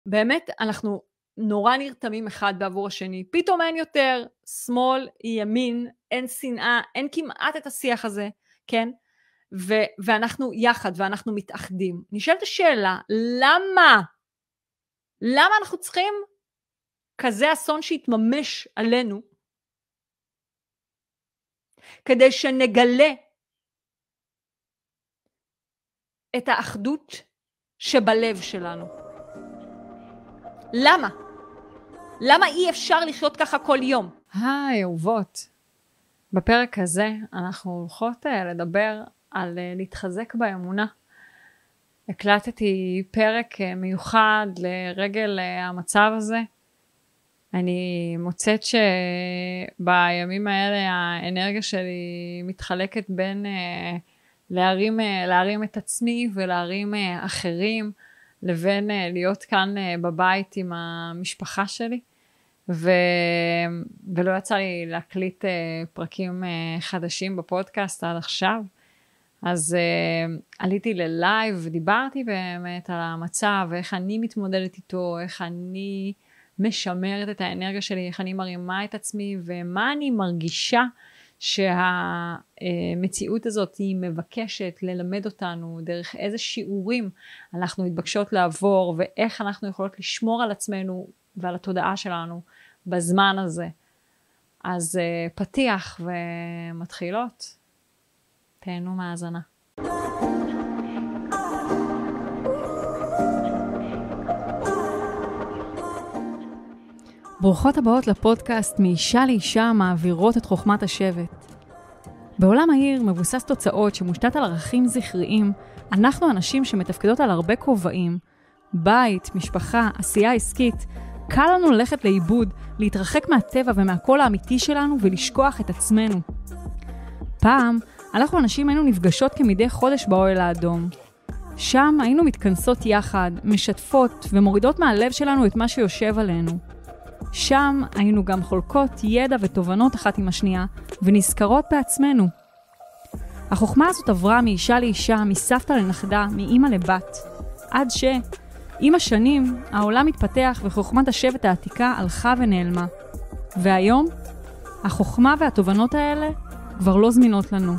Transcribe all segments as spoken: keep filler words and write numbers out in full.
באמת אנחנו נורא נרתמים אחד בעבור השני, פתאום אין יותר שמאל, ימין, אין שנאה, אין כמעט את השיח הזה, כן? ו- ואנחנו יחד, ואנחנו מתאחדים. נשאלת השאלה, למה? למה אנחנו צריכים כזה אסון שיתממש עלינו, כדי שנגלה את האחדות שבלב שלנו? למה? למה אי אפשר לחיות ככה כל יום? היי, אהובות. בפרק הזה אנחנו הולכות לדבר על להתחזק באמונה. הקלטתי פרק מיוחד לרגל המצב הזה. אני מוצאת שבימים האלה האנרגיה שלי מתחלקת בין להרים, להרים את עצמי ולהרים אחרים, לבין להיות כאן בבית עם המשפחה שלי. ו... ולא יצא לי להקליט פרקים חדשים בפודקאסט עד עכשיו. אז uh, עליתי ללייב ודיברתי באמת על המצב, ואיך אני מתמודדת איתו, איך אני משמרת את האנרגיה שלי, איך אני מרימה את עצמי, ומה אני מרגישה שהמציאות הזאת היא מבקשת ללמד אותנו, דרך איזה שיעורים אנחנו מתבקשות לעבור, ואיך אנחנו יכולות לשמור על עצמנו ועל התודעה שלנו בזמן הזה. אז uh, פתיח ומתחילות. תהנו מהאזנה. ברוכות הבאות לפודקאסט מאישה לאישה מעבירות את חוכמת השבט. בעולם העיר מבוסס תוצאות שמושתת על ערכים זכריים, אנחנו אנשים שמתפקדות על הרבה כובעים, בית, משפחה, עשייה עסקית, קל לנו ללכת לאיבוד, להתרחק מהטבע ומהקול האמיתי שלנו ולשכוח את עצמנו. פעם, אנחנו אנשים היינו נפגשות כמדי חודש באוהל האדום. שם היינו מתכנסות יחד, משתפות ומורידות מהלב שלנו את מה שיושב עלינו. שם היינו גם חולקות ידע ותובנות אחת עם השנייה, ונזכרות בעצמנו. החוכמה הזאת עברה מאישה לאישה, מסבתא לנכדה, מאמא לבת, עד ש... עם השנים, העולם התפתח וחוכמת השבט העתיקה הלכה ונעלמה. והיום, החוכמה והתובנות האלה כבר לא זמינות לנו.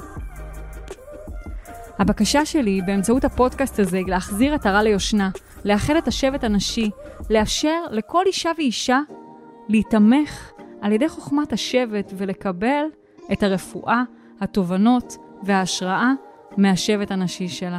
הבקשה שלי באמצעות הפודקאסט הזה היא להחזיר את הרע ליושנה, לאחד את השבט הנשי, לאפשר לכל אישה ואישה להתמך על ידי חוכמת השבט ולקבל את הרפואה, התובנות וההשראה מהשבט הנשי שלה.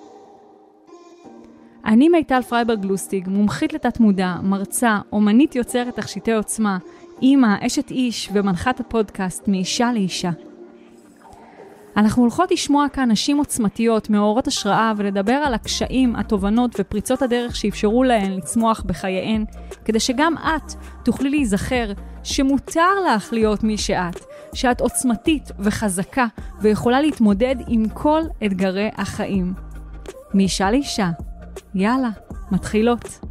אני מיטל פרייברג לוסטיג, מומחית לתת מודע, מרצה, אומנית יוצרת תכשיטי עוצמה, אימא, אשת איש ומנחת הפודקאסט מאישה לאישה. אנחנו הולכות לשמוע כאן נשים עוצמתיות, מאורות השראה, ולדבר על הקשיים, התובנות ופריצות הדרך שאפשרו להן לצמוח בחייהן, כדי שגם את תוכלי להיזכר שמותר לך להיות מי שאת, שאת עוצמתית וחזקה ויכולה להתמודד עם כל אתגרי החיים. מאישה לאישה. יאללה, מתחילות.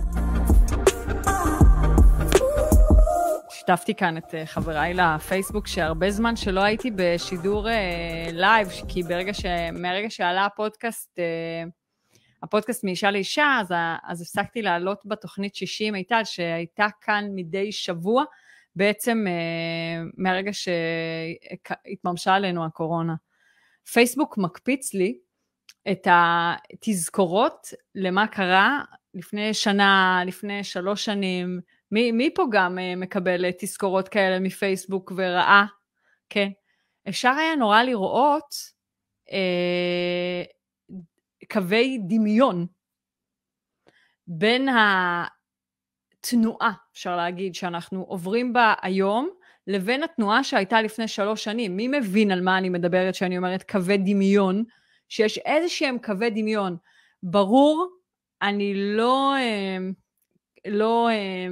שיתפתי כאן את חבריי לפייסבוק שהרבה זמן שלא הייתי בשידור לייב, כי ברגע ש... מהרגע שעלה הפודקאסט, הפודקאסט מאישה לאישה, אז, אז הפסקתי לעלות בתוכנית שישים מיטל, שהייתה כאן מדי שבוע, בעצם מהרגע שהתממשה עלינו הקורונה. פייסבוק מקפיץ לי את התזכורות למה קרה לפני שנה, לפני שלוש שנים, מי, מי פה גם מקבל תזכורות כאלה מפייסבוק וראה? כן. אפשר היה נורא לראות אה, קווי דמיון בין התנועה, אפשר להגיד, שאנחנו עוברים בה היום, לבין התנועה שהייתה לפני שלוש שנים. מי מבין על מה אני מדברת שאני אומרת קווי דמיון? שיש איזשהם קווי דמיון. ברור, אני לא... אה, לא... אה,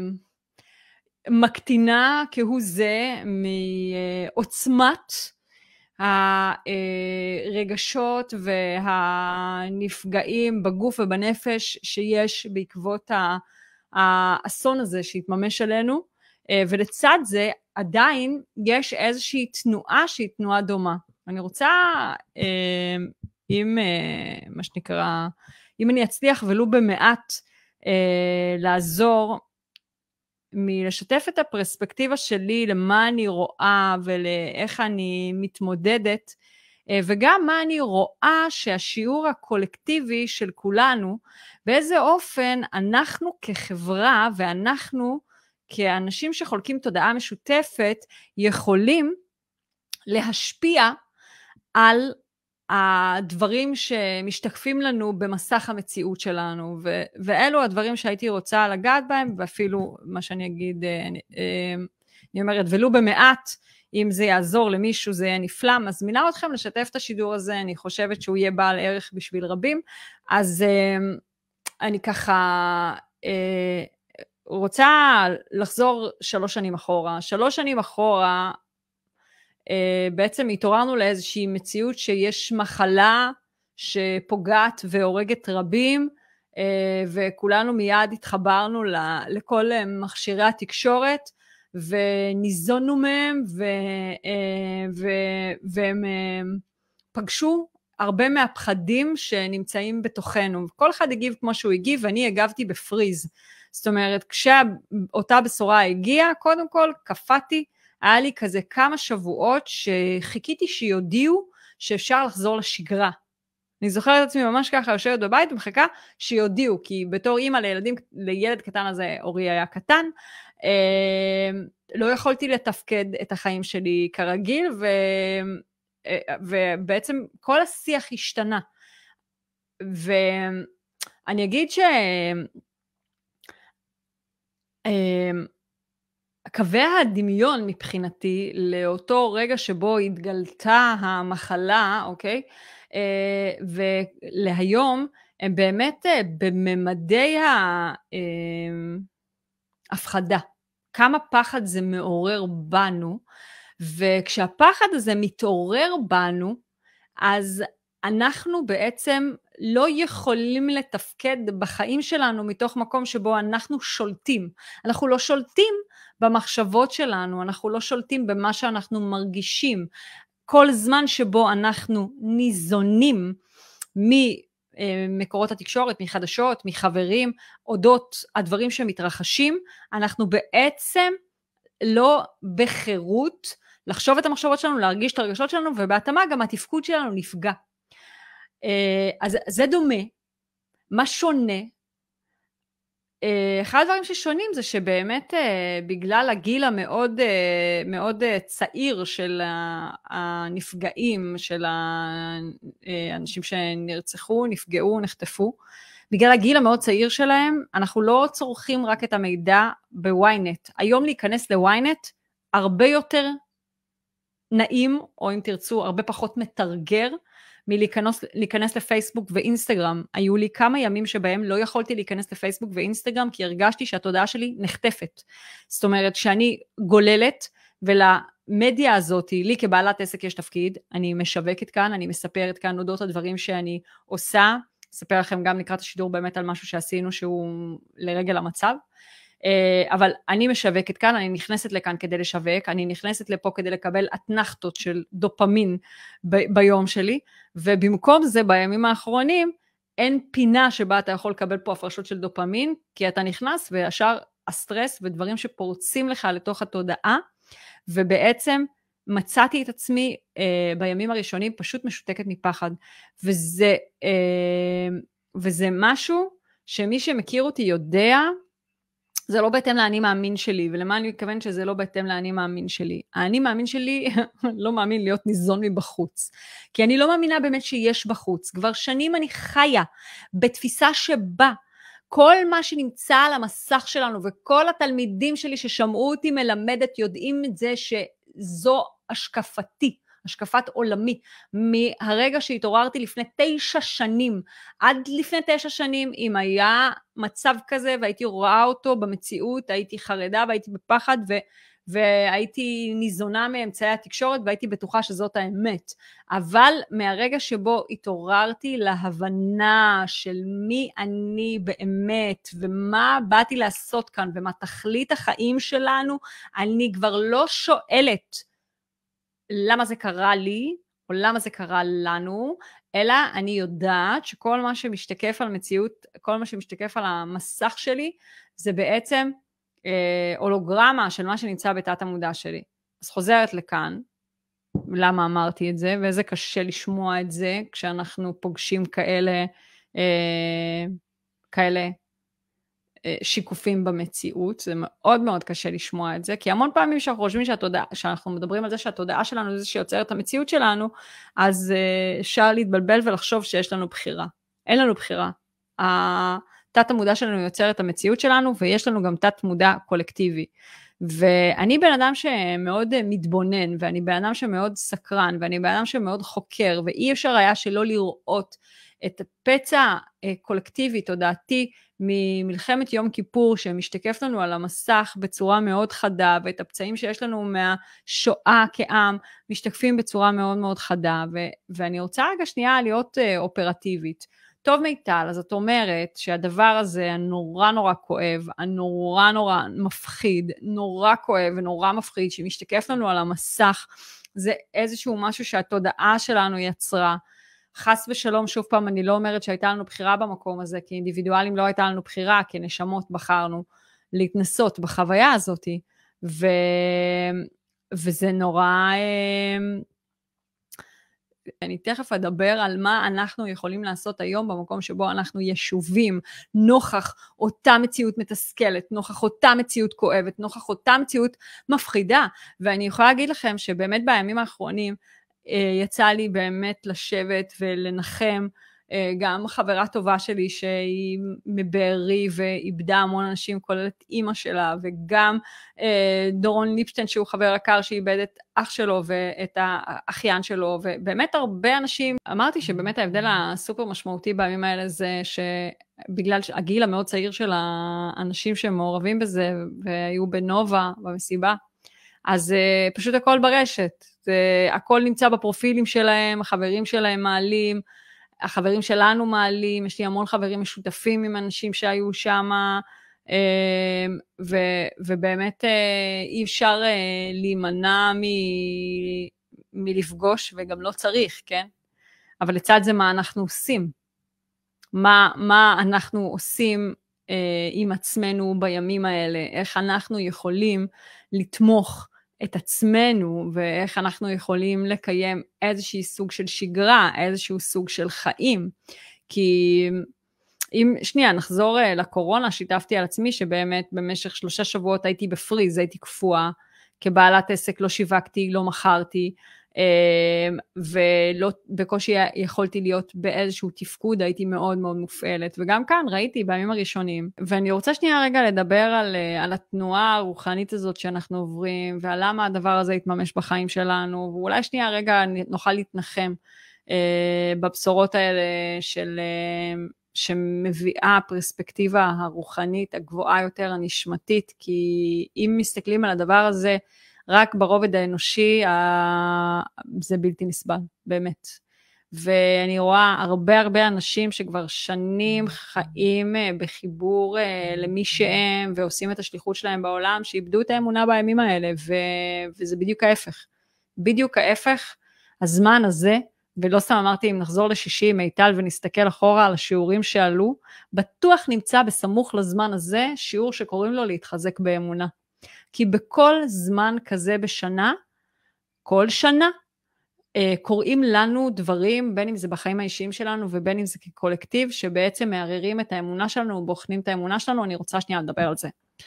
מקטינה כהוא זה מעוצמת הרגשות והנפגעים בגוף ובנפש שיש בעקבות האסון הזה שהתממש עלינו, ולצד זה עדיין יש איזושהי תנועה שהיא תנועה דומה. אני רוצה, אם מה שנקרא, אם אני אצליח ולו במעט אה, לעזור מלשתף את הפרספקטיבה שלי למה אני רואה ולאיך אני מתמודדת, וגם מה אני רואה שהשיעור הקולקטיבי של כולנו, באיזה אופן אנחנו כחברה ואנחנו כאנשים שחולקים תודעה משותפת, יכולים להשפיע על הדברים שמשתקפים לנו במסך המציאות שלנו, ו- ואלו הדברים שהייתי רוצה לגעת בהם, ואפילו מה שאני אגיד, אני אומרת, ולו במעט, אם זה יעזור למישהו, זה יהיה נפלא, מזמינה אתכם לשתף את השידור הזה, אני חושבת שהוא יהיה בעל ערך בשביל רבים, אז אני ככה רוצה לחזור שלוש שנים אחורה, שלוש שנים אחורה, בעצם התעוררנו לאיזושהי מציאות שיש מחלה שפוגעת והורגת רבים, וכולנו מיד התחברנו לכל מכשירי התקשורת, וניזונו מהם, והם פגשו הרבה מהפחדים שנמצאים בתוכנו. כל אחד הגיב כמו שהוא הגיב, ואני הגבתי בפריז. זאת אומרת, כשאותה בשורה הגיעה, קודם כל קפאתי, היה לי כזה כמה שבועות שחיכיתי שיודיעו שאפשר לחזור לשגרה. אני זוכרת את עצמי ממש ככה, יושבת בבית ומחכה שיודיעו, כי בתור אימא לילדים, לילד קטן הזה, אורי היה קטן, לא יכולתי לתפקד את החיים שלי כרגיל, ו, ובעצם כל השיח השתנה. ואני אגיד ש... קווי הדמיון מבחינתי, לאותו רגע שבו התגלתה המחלה, אוקיי? ולהיום, הם באמת בממדי ההפחדה. כמה פחד זה מעורר בנו, וכשהפחד הזה מתעורר בנו, אז אנחנו בעצם לא יכולים לתפקד בחיים שלנו מתוך מקום שבו אנחנו שולטים. אנחנו לא שולטים במחשבות שלנו, אנחנו לא שולטים במה שאנחנו מרגישים. כל זמן שבו אנחנו ניזונים ממקורות התקשורת, מחדשות, מחברים, אודות הדברים שמתרחשים, אנחנו בעצם לא בחירות לחשוב את המחשבות שלנו, להרגיש את הרגשות שלנו, ובהתאמה גם התפקוד שלנו נפגע. אז זה דומה. מה שונה? אחד הדברים ששונים זה שבאמת בגלל הגיל המאוד מאוד צעיר של הנפגעים, של האנשים שנרצחו, נפגעו, נחטפו, בגלל הגיל המאוד צעיר שלהם, אנחנו לא צורכים רק את המידע בוויינט. היום להיכנס לוויינט הרבה יותר נעים, או אם תרצו, הרבה פחות מתרגר, מלהיכנס להיכנס לפייסבוק ואינסטגרם. היו לי כמה ימים שבהם לא יכולתי להיכנס לפייסבוק ואינסטגרם, כי הרגשתי שהתודעה שלי נחטפת. זאת אומרת, שאני גוללת, ולמדיה הזאת, לי כבעלת עסק יש תפקיד, אני משווקת כאן, אני מספרת כאן אודות הדברים שאני עושה, אספר לכם גם לקראת השידור באמת על משהו שעשינו שהוא לרגל המצב, אבל אני משווקת כאן, אני נכנסת לכאן כדי לשווק, אני נכנסת לפה כדי לקבל אתנחתות של דופמין ב- ביום שלי, ובמקום זה בימים האחרונים, אין פינה שבה אתה יכול לקבל פה הפרשות של דופמין, כי אתה נכנס וישר הסטרס ודברים שפורצים לך לתוך התודעה, ובעצם מצאתי את עצמי אה, בימים הראשונים פשוט משותקת מפחד, וזה, אה, וזה משהו שמי שמכיר אותי יודע, זה לא בהתאם לאני מאמין שלי, ולמה אני מתכוון שזה לא בהתאם לאני מאמין שלי. האני מאמין שלי לא מאמין להיות ניזון מבחוץ, כי אני לא מאמינה באמת שיש בחוץ. כבר שנים אני חיה בתפיסה שבה כל מה שנמצא על המסך שלנו, וכל התלמידים שלי ששמעו אותי מלמדת יודעים את זה שזו השקפתי, השקפת עולמי, מהרגע שהתעוררתי לפני תשע שנים, עד לפני תשע שנים, אם היה מצב כזה והייתי רואה אותו במציאות, הייתי חרדה והייתי בפחד, ו- והייתי ניזונה מאמצעי התקשורת, והייתי בטוחה שזאת האמת. אבל מהרגע שבו התעוררתי להבנה של מי אני באמת, ומה באתי לעשות כאן, ומה תכלית החיים שלנו, אני כבר לא שואלת, למה זה קרה לי, או למה זה קרה לנו, אלא אני יודעת שכל מה שמשתקף על מציאות, כל מה שמשתקף על המסך שלי, זה בעצם אה, הולוגרמה של מה שנמצא בתת המודע שלי. אז חוזרת לכאן, למה אמרתי את זה, ואיזה קשה לשמוע את זה, כשאנחנו פוגשים כאלה, אה, כאלה אה, שיקופים במציאות, זה מאוד מאוד קשה לשמוע את זה, כי המון פעמים שאנחנו חושבים שהתודעה, שאנחנו מדברים על זה שהתודעה שלנו זה שיוצר את המציאות שלנו, אז אה, אפשר להתבלבל ולחשוב שיש לנו בחירה. אין לנו בחירה. התת המודע שלנו יוצר את המציאות שלנו, ויש לנו גם תת מודע קולקטיבי. ואני בן אדם שמאוד מתבונן, ואני בן אדם שמאוד סקרן, ואני בן אדם שמאוד חוקר, ואי אפשר היה שלא לראות את הפצע קולקטיבי, תודעתי, ממלחמת יום כיפור, שמשתקף לנו על המסך בצורה מאוד חדה, ואת הפצעים שיש לנו מהשואה כעם, משתקפים בצורה מאוד מאוד חדה, ו- ואני רוצה רגע שנייה להיות אופרטיבית. טוב מיטל, אז את אומרת שהדבר הזה הנורא נורא כואב, הנורא נורא מפחיד, נורא כואב ונורא מפחיד, שמשתקף לנו על המסך, זה איזשהו משהו שהתודעה שלנו יצרה. חס ושלום, שוב פעם, אני לא אומרת שהייתה לנו בחירה במקום הזה, כי אינדיבידואלים לא הייתה לנו בחירה, כי נשמות בחרנו להתנסות בחוויה הזאת, ו... וזה נורא... אני תכף אדבר על מה אנחנו יכולים לעשות היום במקום שבו אנחנו ישובים נוכח אותה מציאות מתסכלת, נוכח אותה מציאות כואבת, נוכח אותה מציאות מפחידה, ואני יכולה להגיד לכם שבאמת בימים האחרונים יצא לי באמת לשבת ולנחם, גם חברה טובה שלי שהיא מבארי ואיבדה המון אנשים, כולל את אימא שלה, וגם דורון ליפשטיין שהוא חבר יקר שאיבד את אח שלו ואת האחיין שלו, ובאמת הרבה אנשים, אמרתי שבאמת ההבדל הסופר משמעותי בימים האלה זה שבגלל הגיל המאוד צעיר של האנשים שמעורבים בזה, והיו בנובה במסיבה, אז פשוט הכל ברשת, זה, הכל נמצא בפרופילים שלהם, החברים שלהם מעלים, החברים שלנו מעלים, יש לי המון חברים משותפים עם אנשים שהיו שם, ו- ובאמת אי אפשר להימנע מ- מלפגוש, וגם לא צריך, כן? אבל לצד זה מה אנחנו עושים? מה, מה אנחנו עושים עם עצמנו בימים האלה? איך אנחנו יכולים לתמוך את עצמנו, ואיך אנחנו יכולים לקיים איזשהו סוג של שגרה, איזשהו סוג של חיים, כי אם, שנייה, נחזור לקורונה, שיתפתי על עצמי שבאמת במשך שלושה שבועות הייתי בפריז, הייתי קפואה, כבעלת עסק לא שיווקתי, לא מכרתי, ולא, בקושי יכולתי להיות באיזשהו תפקוד, הייתי מאוד מאוד מופעלת, וגם כאן ראיתי בימים הראשונים, ואני רוצה שנייה רגע לדבר על, על התנועה הרוחנית הזאת שאנחנו עוברים, ועל למה הדבר הזה יתממש בחיים שלנו, ואולי שנייה רגע נוכל להתנחם בבשורות האלה של, שמביאה הפרספקטיבה הרוחנית הגבוהה יותר, הנשמתית, כי אם מסתכלים על הדבר הזה, רק ברובד האנושי, זה בלתי נסבל, באמת. ואני רואה הרבה הרבה אנשים שכבר שנים חיים בחיבור למי שהם, ועושים את השליחות שלהם בעולם, שאיבדו את האמונה בימים האלה, ו- וזה בדיוק ההפך. בדיוק ההפך, הזמן הזה, ולא סתם אמרתי, אם נחזור לשישי מיטל ונסתכל אחורה על השיעורים שעלו, בטוח נמצא בסמוך לזמן הזה, שיעור שקוראים לו להתחזק באמונה. כי בכל זמן כזה בשנה, כל שנה, קוראים לנו דברים, בין אם זה בחיים האישיים שלנו, ובין אם זה כקולקטיב, שבעצם מערערים את האמונה שלנו, ובוחנים את האמונה שלנו, אני רוצה שנייה לדבר על זה.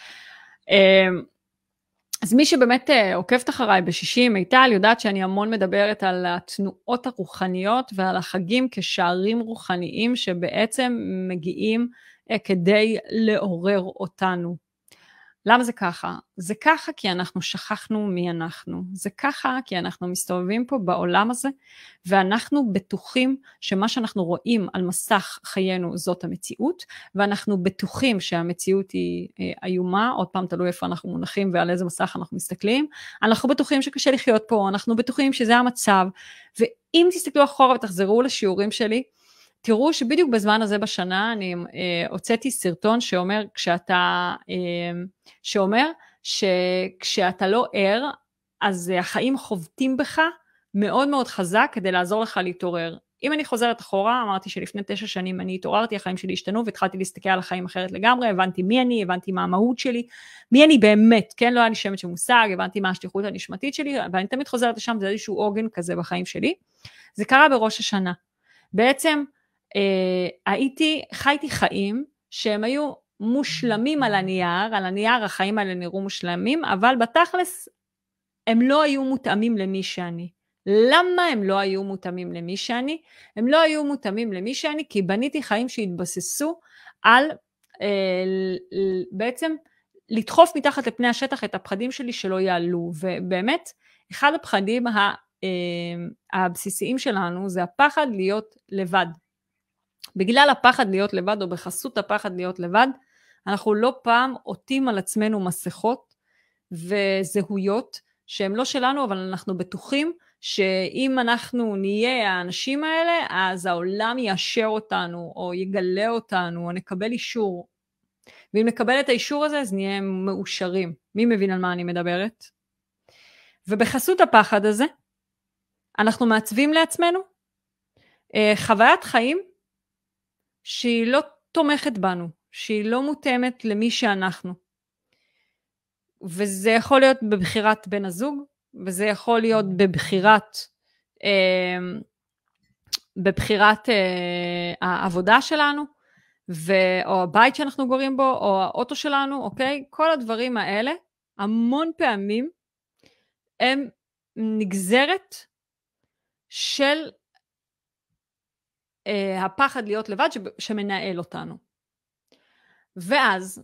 אז מי שבאמת עוקבת אחריי בשישי, מיטל, יודעת שאני המון מדברת על התנועות הרוחניות, ועל החגים כשערים רוחניים, שבעצם מגיעים כדי לעורר אותנו. למה זה ככה? זה ככה כי אנחנו שכחנו מי אנחנו. זה ככה כי אנחנו מסתובבים פה בעולם הזה, ואנחנו בטוחים שמה שאנחנו רואים על מסך חיינו זאת המציאות, ואנחנו בטוחים שהמציאות היא איומה, עוד פעם תלוי איפה אנחנו מונחים ועל איזה מסך אנחנו מסתכלים, אנחנו בטוחים שקשה לחיות פה, אנחנו בטוחים שזה המצב, ואם תסתכלו אחורה ותחזרו לשיעורים שלי, תראו שבדיוק בזמן הזה בשנה אני אה, הוצאתי סרטון שאומר, כשאתה, אה, שאומר שכשאתה לא ער, אז החיים חובטים בך מאוד מאוד חזק כדי לעזור לך להתעורר. אם אני חוזרת אחורה, אמרתי שלפני תשע שנים אני התעוררתי, החיים שלי השתנו, והתחלתי להסתכל על החיים אחרת לגמרי, הבנתי מי אני, הבנתי מה המהות שלי, מי אני באמת, כן, לא היה לי שמץ של מושג, הבנתי מה השליחות הנשמתית שלי, ואני תמיד חוזרת לשם, זה איזשהו עוגן כזה בחיים שלי. זה קרה בראש השנה. בעצם אה, הייתי, חייתי חיים שהם היו מושלמים על הנייר, על הנייר החיים האלה נראו מושלמים, אבל בתכלס הם לא היו מותאמים למי שאני. למה הם לא היו מותאמים למי שאני? הם לא היו מותאמים למי שאני, כי בניתי חיים שהתבססו על אה, בעצם לדחוף מתחת לפני השטח את הפחדים שלי שלא יעלו, ובאמת אחד הפחדים ה, אה, הבסיסיים שלנו זה הפחד להיות לבד. בגלל הפחד להיות לבד או בחסות הפחד להיות לבד, אנחנו לא פעם עוטים על עצמנו מסכות וזהויות שהם לא שלנו, אבל אנחנו בטוחים שאם אנחנו נהיה האנשים האלה, אז העולם יאשר אותנו, או יגלה אותנו, או נקבל אישור. ואם נקבל את האישור הזה, אז נהיה מאושרים. מי מבין על מה אני מדברת? ובחסות הפחד הזה, אנחנו מעצבים לעצמנו חוויית חיים שהיא לא תומכת בנו, שהיא לא מותאמת למי שאנחנו. וזה יכול להיות בבחירת בן הזוג, וזה יכול להיות בבחירת, אה, בבחירת אה, העבודה שלנו, ו, או הבית שאנחנו גורים בו, או האוטו שלנו, אוקיי? כל הדברים האלה, המון פעמים, הם נגזרת של אה, הפחד להיות לבד ש, שמנהל אותנו. ואז,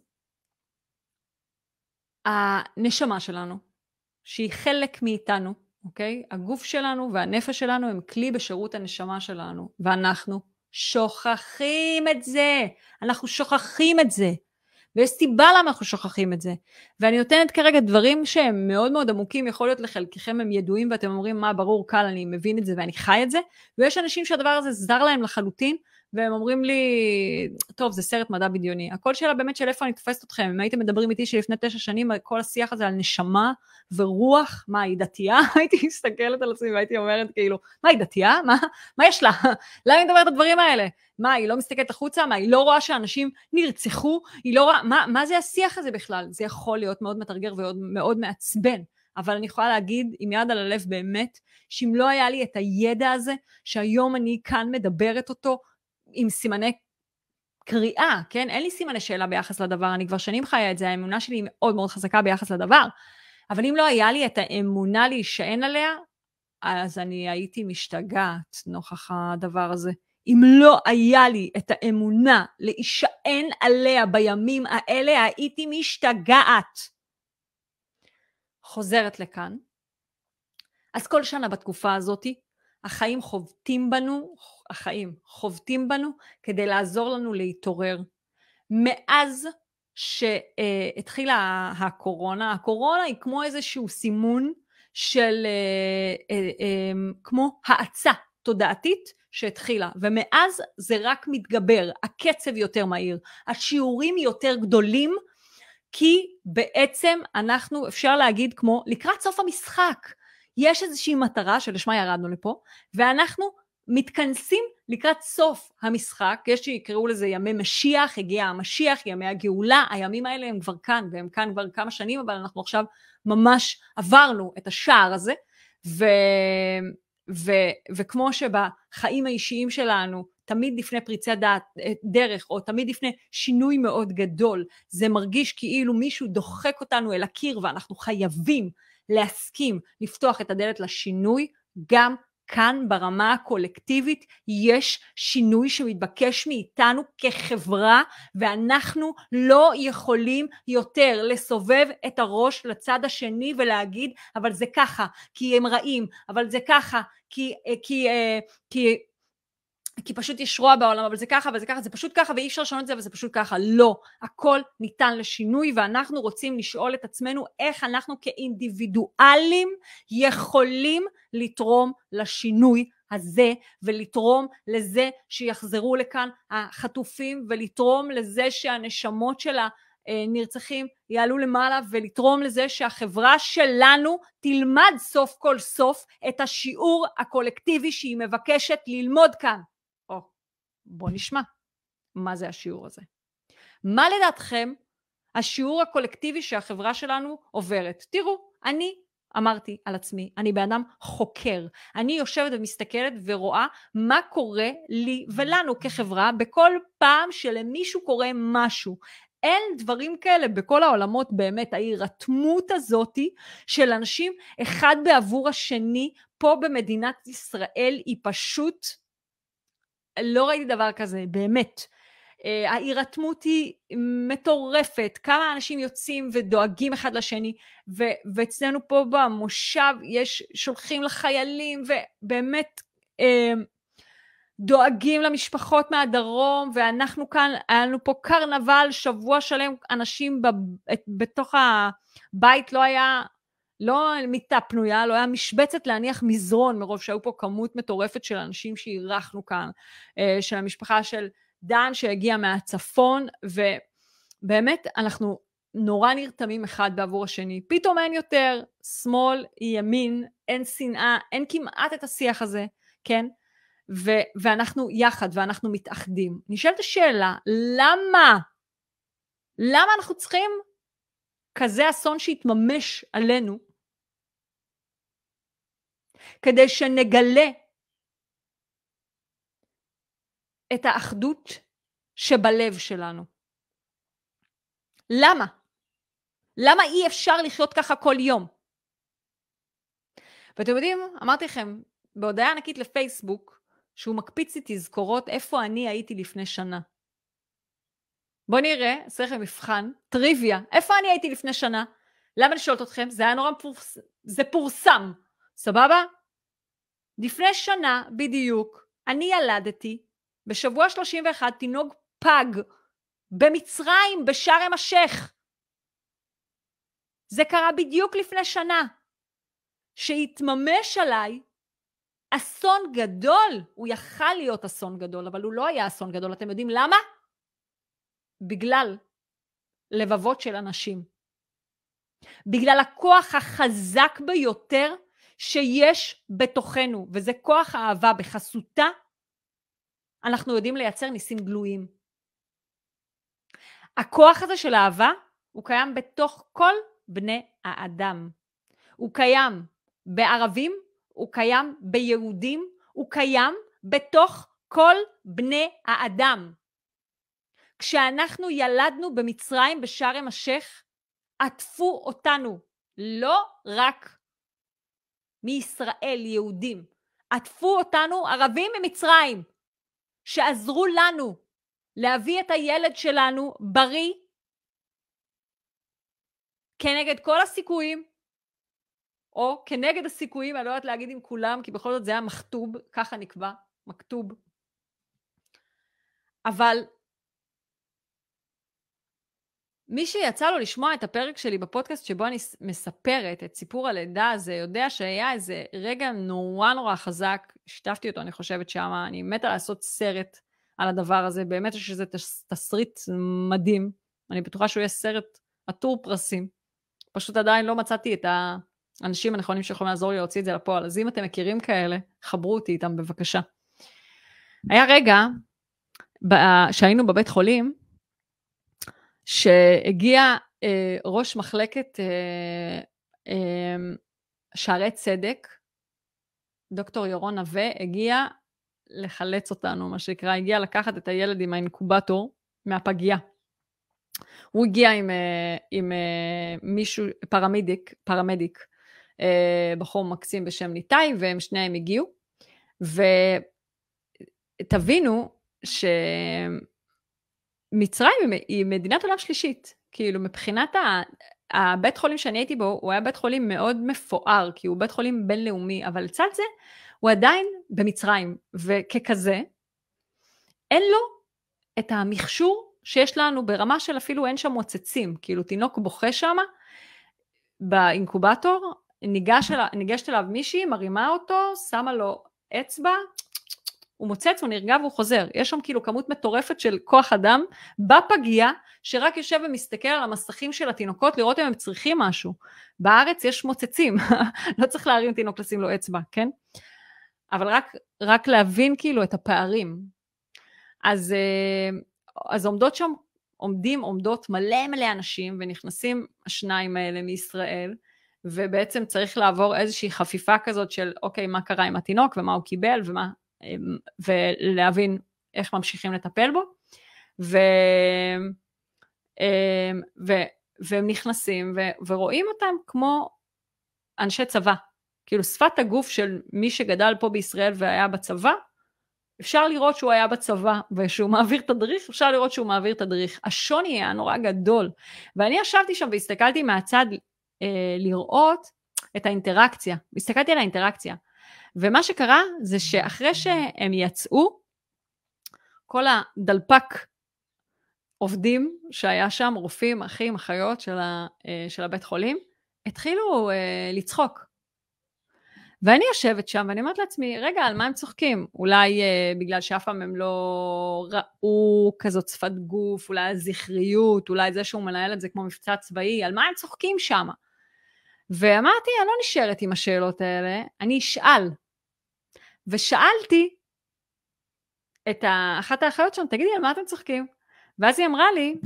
הנשמה שלנו, שהיא חלק מאיתנו, אוקיי? הגוף שלנו והנפש שלנו הם כלי בשירות הנשמה שלנו, ואנחנו שוכחים את זה, אנחנו שוכחים את זה, ויש סיבה למה אנחנו שוכחים את זה, ואני נותנת כרגע דברים שהם מאוד מאוד עמוקים, יכול להיות לחלקכם הם ידועים, ואתם אומרים מה ברור קל, אני מבין את זה ואני חי את זה, ויש אנשים שהדבר הזה זר להם לחלוטין, והם אומרים לי, טוב, זה סרט מדע בדיוני. הכל שאלה באמת של איפה אני תופסת אתכם. אם הייתם מדברים איתי שלפני תשע שנים, כל השיח הזה על נשמה ורוח, מה, היא דתייה? הייתי מסתכלת על עצמי והייתי אומרת כאילו, מה, היא דתייה? מה, מה יש לה? למה היא מדברת את הדברים האלה? מה, היא לא מסתכלת החוצה? מה, היא לא רואה שאנשים נרצחו? היא לא רואה, מה, מה זה השיח הזה בכלל? זה יכול להיות מאוד מתרגר ומאוד מעצבן. אבל אני יכולה להגיד עם יד על הלב באמת, שאם לא היה לי את הידע הזה, שהיום אני כאן מדברת אותו, עם סימני קריאה, כן? אין לי סימני שאלה ביחס לדבר, אני כבר שנים חיה את זה, האמונה שלי היא מאוד מאוד חזקה ביחס לדבר, אבל אם לא היה לי את האמונה להישען עליה, אז אני הייתי משתגעת נוכח הדבר הזה. אם לא היה לי את האמונה להישען עליה בימים האלה, הייתי משתגעת. חוזרת לכאן. אז כל שנה בתקופה הזאת, החיים חובטים בנו, החיים חובטים בנו כדי לעזור לנו להתעורר. מאז שהתחילה הקורונה, הקורונה היא כמו איזשהו סימון של כמו האצה תודעתית שהתחילה, ומאז זה רק מתגבר, הקצב יותר מהיר, השיעורים יותר גדולים, כי בעצם אנחנו, אפשר להגיד כמו לקראת סוף המשחק, יש איזושהי מטרה שלשמה ירדנו לפה, ואנחנו מתכנסים לקראת סוף המשחק, יש שיקראו לזה ימי משיח, הגיע המשיח, ימי הגאולה, הימים האלה הם כבר כאן, והם כאן כבר כמה שנים, אבל אנחנו עכשיו ממש עברנו את השער הזה, ו, ו, וכמו שבחיים האישיים שלנו, תמיד לפני פריצת דרך, או תמיד לפני שינוי מאוד גדול, זה מרגיש כאילו מישהו דוחק אותנו אל הקיר, ואנחנו חייבים להסכים לפתוח את הדלת לשינוי, גם כאן ברמה הקולקטיבית יש שינוי שמתבקש מאיתנו כחברה, ואנחנו לא יכולים יותר לסובב את הראש לצד השני ולהגיד, אבל זה ככה, כי הם רעים, אבל זה ככה, כי, כי, כי, כי פשוט יש רוע בעולם, אבל זה ככה וזה ככה, זה פשוט ככה, ואי אפשר לשנות את זה, אבל זה פשוט ככה. לא, הכל ניתן לשינוי, ואנחנו רוצים לשאול את עצמנו, איך אנחנו כאינדיבידואלים יכולים לתרום לשינוי הזה, ולתרום לזה שיחזרו לכאן החטופים, ולתרום לזה שהנשמות של הנרצחים יעלו למעלה ולתרום לזה שהחברה שלנו תלמד סוף כל סוף את השיעור הקולקטיבי שהיא מבקשת ללמוד כאן. או, בוא נשמע, מה זה השיעור הזה? מה לדעתכם השיעור הקולקטיבי שהחברה שלנו עוברת? תראו, אני אמרתי על עצמי, אני באדם חוקר, אני יושבת ומסתכלת ורואה מה קורה לי ולנו כחברה בכל פעם שלמישהו קורה משהו. אין דברים כאלה בכל העולמות באמת, ההירתמות הזאת של אנשים אחד בעבור השני פה במדינת ישראל היא פשוט, לא ראיתי דבר כזה, באמת. Uh, ההירתמות היא מטורפת, כמה אנשים יוצאים ודואגים אחד לשני, ו- ואצלנו פה במושב יש שולחים לחיילים, ובאמת uh, דואגים למשפחות מהדרום, ואנחנו כאן, היה לנו פה קרנבל, שבוע שלם, אנשים ב- בתוך הבית לא היה, לא מיטה פנויה, לא היה משבצת להניח מזרון, מרוב שהיו פה כמות מטורפת של אנשים שהירחנו כאן, uh, של המשפחה של דן שהגיע מהצפון, ובאמת אנחנו נורא נרתמים אחד בעבור השני. פתאום אין יותר שמאל, ימין, אין שנאה, אין כמעט את השיח הזה, כן? ו- ואנחנו יחד, ואנחנו מתאחדים. נשאלת השאלה, למה? למה אנחנו צריכים כזה אסון שיתממש עלינו, כדי שנגלה את האחדות שבלב שלנו? למה? למה אי אפשר לחיות ככה כל יום? ואתם יודעים, אמרתי לכם, בהודעה ענקית לפייסבוק, שהוא מקפיץ לי תזכורות איפה אני הייתי לפני שנה. בואו נראה, אעשה לכם מבחן, טריוויה, איפה אני הייתי לפני שנה? למה לשאול אתכם? זה היה נורא פורס... זה פורסם, סבבה? לפני שנה בדיוק, אני ילדתי, בשבוע שלושים ואחת תינוק פג במצרים בשארם א-שייח. זה קרה בדיוק לפני שנה. שהתממש עליי אסון גדול. הוא יכל להיות אסון גדול, אבל הוא לא היה אסון גדול. אתם יודעים למה? בגלל לבבות של אנשים. בגלל הכוח החזק ביותר שיש בתוכנו, וזה כוח האהבה. בחסותה אנחנו יודעים לייצר ניסים גלויים. הכוח הזה של האהבה הוא קיים בתוך כל בני האדם. הוא קיים בערבים, הוא קיים ביהודים, הוא קיים בתוך כל בני האדם. כשאנחנו ילדנו במצרים בשארם א-שייח, עטפו אותנו, לא רק מישראל יהודים, עטפו אותנו ערבים ממצרים, שעזרו לנו להביא את הילד שלנו בריא, כנגד כל הסיכויים, או כנגד הסיכויים, אני לא יודעת להגיד עם כולם, כי בכל זאת זה היה מכתוב, ככה נקבע, מכתוב. אבל מי שיצא לו לשמוע את הפרק שלי בפודקאסט שבו אני מספרת את סיפור הלידה הזה, יודע שהיה איזה רגע נורא נורא חזק, שיתפתי אותו, אני חושבת שמה, אני מתה לעשות סרט על הדבר הזה, באמת שזה תסריט מדהים, אני בטוחה שהוא יהיה סרט עטור פרסים, פשוט עדיין לא מצאתי את האנשים הנכונים שיכולים לעזור לי להוציא את זה לפועל, אז אם אתם מכירים כאלה, חברו אותי איתם בבקשה. היה רגע שהיינו בבית חולים, שהגיע אה, ראש מחלקת אה, אה, שערי צדק, דוקטור ירון נווה, הגיע לחלץ אותנו, מה שנקרא, הגיע לקחת את הילד עם האינקובטור מהפגייה. הוא הגיע עם, אה, עם אה, מישהו, פרמדיק, פרמדיק, אה, בחור מקסים בשם ניטאי, והם שניהם הגיעו, ותבינו ש... מצרים היא מדינת עולם שלישית, כאילו מבחינת הבית חולים שאני הייתי בו, הוא היה בית חולים מאוד מפואר, כי הוא בית חולים בינלאומי, אבל לצד זה הוא עדיין במצרים, וככזה, אין לו את המכשור שיש לנו ברמה של אפילו אין שם מוצצים, כאילו תינוק בוכה שם, באינקובטור, ניגש אליו, ניגשת אליו מישהי, מרימה אותו, שמה לו אצבע, הוא מוצץ, הוא נרגע והוא חוזר. יש שם כאילו כמות מטורפת של כוח אדם בפגייה, שרק יושב ומסתכל על המסכים של התינוקות, לראות אם הם צריכים משהו. בארץ יש מוצצים, לא צריך להרים תינוק לשים לו אצבע, כן? אבל רק, רק להבין כאילו את הפערים. אז, אז עומדות שם, עומדים, עומדות מלא מלא אנשים, ונכנסים השניים האלה מישראל, ובעצם צריך לעבור איזושהי חפיפה כזאת של, אוקיי, מה קרה עם התינוק, ומה הוא קיבל, ומה, ולהבין איך ממשיכים לטפל בו, ו, ו, והם נכנסים, ו, ורואים אותם כמו אנשי צבא, כאילו שפת הגוף של מי שגדל פה בישראל והיה בצבא, אפשר לראות שהוא היה בצבא, ושהוא מעביר תדריך, אפשר לראות שהוא מעביר תדריך. השוני היה נורא גדול, ואני ישבתי שם והסתכלתי מהצד אה, לראות את האינטראקציה, הסתכלתי על האינטראקציה, ומה שקרה זה שאחרי שהם יצאו, כל הדלפק עובדים שהיה שם, רופאים, אחים, אחיות של, ה, אה, של הבית חולים, התחילו אה, לצחוק. ואני יושבת שם ואני אומרת לעצמי, רגע, על מה הם צוחקים? אולי אה, בגלל שאף פעם הם לא ראו כזאת שפת גוף, אולי הזכריות, אולי זה שהוא מנהל את זה כמו מבצע צבאי, על מה הם צוחקים שם? ואמרתי, אני לא נשארת עם השאלות האלה, אני אשאל. ושאלתי את אחת האחיות שם, תגידי, על מה אתם צוחקים? ואז היא אמרה לי,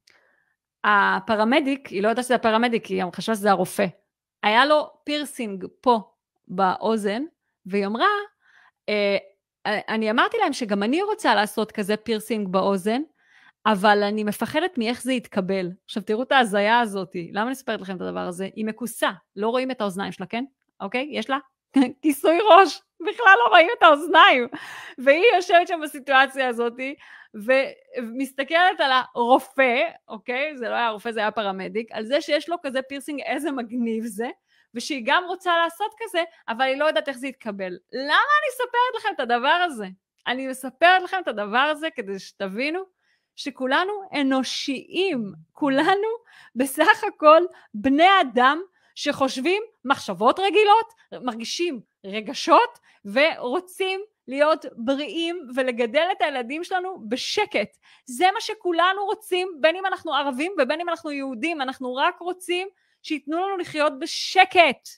הפרמדיק, היא לא יודעת שזה הפרמדיק, היא חשבה שזה הרופא, היה לו פירסינג פה, באוזן, והיא אמרה, אה, אני אמרתי להם שגם אני רוצה לעשות כזה פירסינג באוזן, אבל אני מפחדת מאיך זה יתקבל. עכשיו תראו את ההזיה הזאת, למה אני אספרת לכם את הדבר הזה? היא מקוסה, לא רואים את האוזניים שלה, כן? אוקיי? יש לה כיסוי ראש, בכלל לא רואים את האוזניים, והיא יושבת שם בסיטואציה הזאת, ומסתכלת על הרופא, אוקיי? זה לא היה רופא, זה היה פרמדיק, על זה שיש לו כזה פירסינג, איזה מגניב זה, ושהיא גם רוצה לעשות כזה, אבל היא לא יודעת איך זה יתקבל. למה אני מספרת לכם את הדבר הזה? אני מספרת לכם את הדבר הזה כדי שתבינו שכולנו אנושיים, כולנו בסך הכל בני אדם שחושבים מחשבות רגילות, מרגישים רגשות ורוצים להיות בריאים ולגדל את הילדים שלנו בשקט. זה מה שכולנו רוצים, בין אם אנחנו ערבים ובין אם אנחנו יהודים, אנחנו רק רוצים שיתנו לנו לחיות בשקט.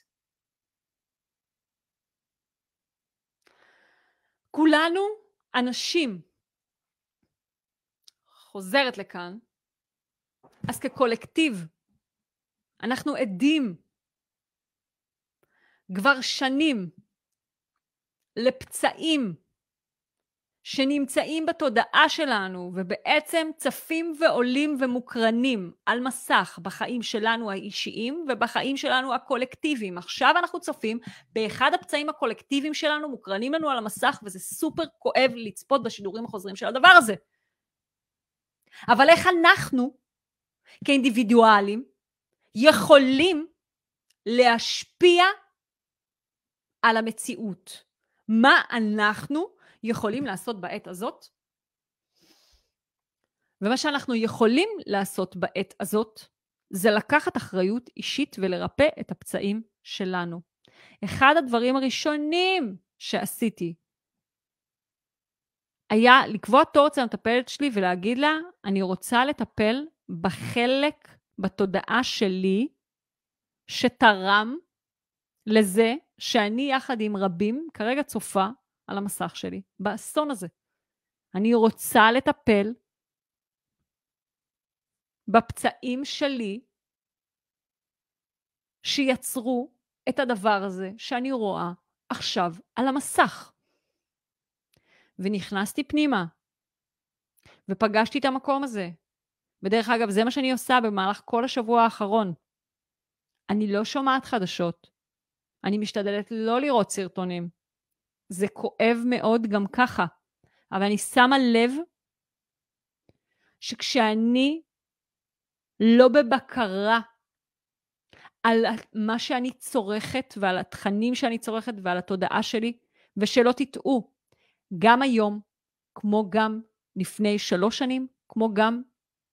כולנו אנשים. חוזרת לכאן. אז כקולקטיב, אנחנו עדים כבר שנים לפצעים שנמצאים בתודעה שלנו ובעצם צפים ועולים ומוקרנים על מסך בחיים שלנו האישיים ובחיים שלנו הקולקטיביים. עכשיו אנחנו צופים באחד הפצעים הקולקטיביים שלנו מוקרנים לנו על המסך, וזה סופר כואב לצפות בשידורים החוזרים של הדבר הזה. אבל איך אנחנו כאינדיבידואלים יכולים להשפיע על המציאות? מה אנחנו יכולים לעשות בעת הזאת? ומה שאנחנו יכולים לעשות בעת הזאת, זה לקחת אחריות אישית ולרפא את הפצעים שלנו. אחד הדברים הראשונים שעשיתי, היה לקבוע תור אצל המטפלת שלי ולהגיד לה, אני רוצה לטפל בחלק בתודעה שלי, שתרם לזה שאני יחד עם רבים, כרגע צופה, על המסך שלי, באסון הזה. אני רוצה לטפל בפצעים שלי שיצרו את הדבר הזה שאני רואה עכשיו על המסך. ונכנסתי פנימה ופגשתי את המקום הזה. בדרך אגב, זה מה שאני עושה במהלך כל השבוע האחרון. אני לא שומעת חדשות. אני משתדלת לא לראות סרטונים. זה כואב מאוד גם ככה, אבל אני שמה לב שכשאני לא בבקרה על מה שאני צורכת ועל התכנים שאני צורכת ועל התודעה שלי, ושלא תטעו, גם היום, כמו גם לפני שלוש שנים, כמו גם,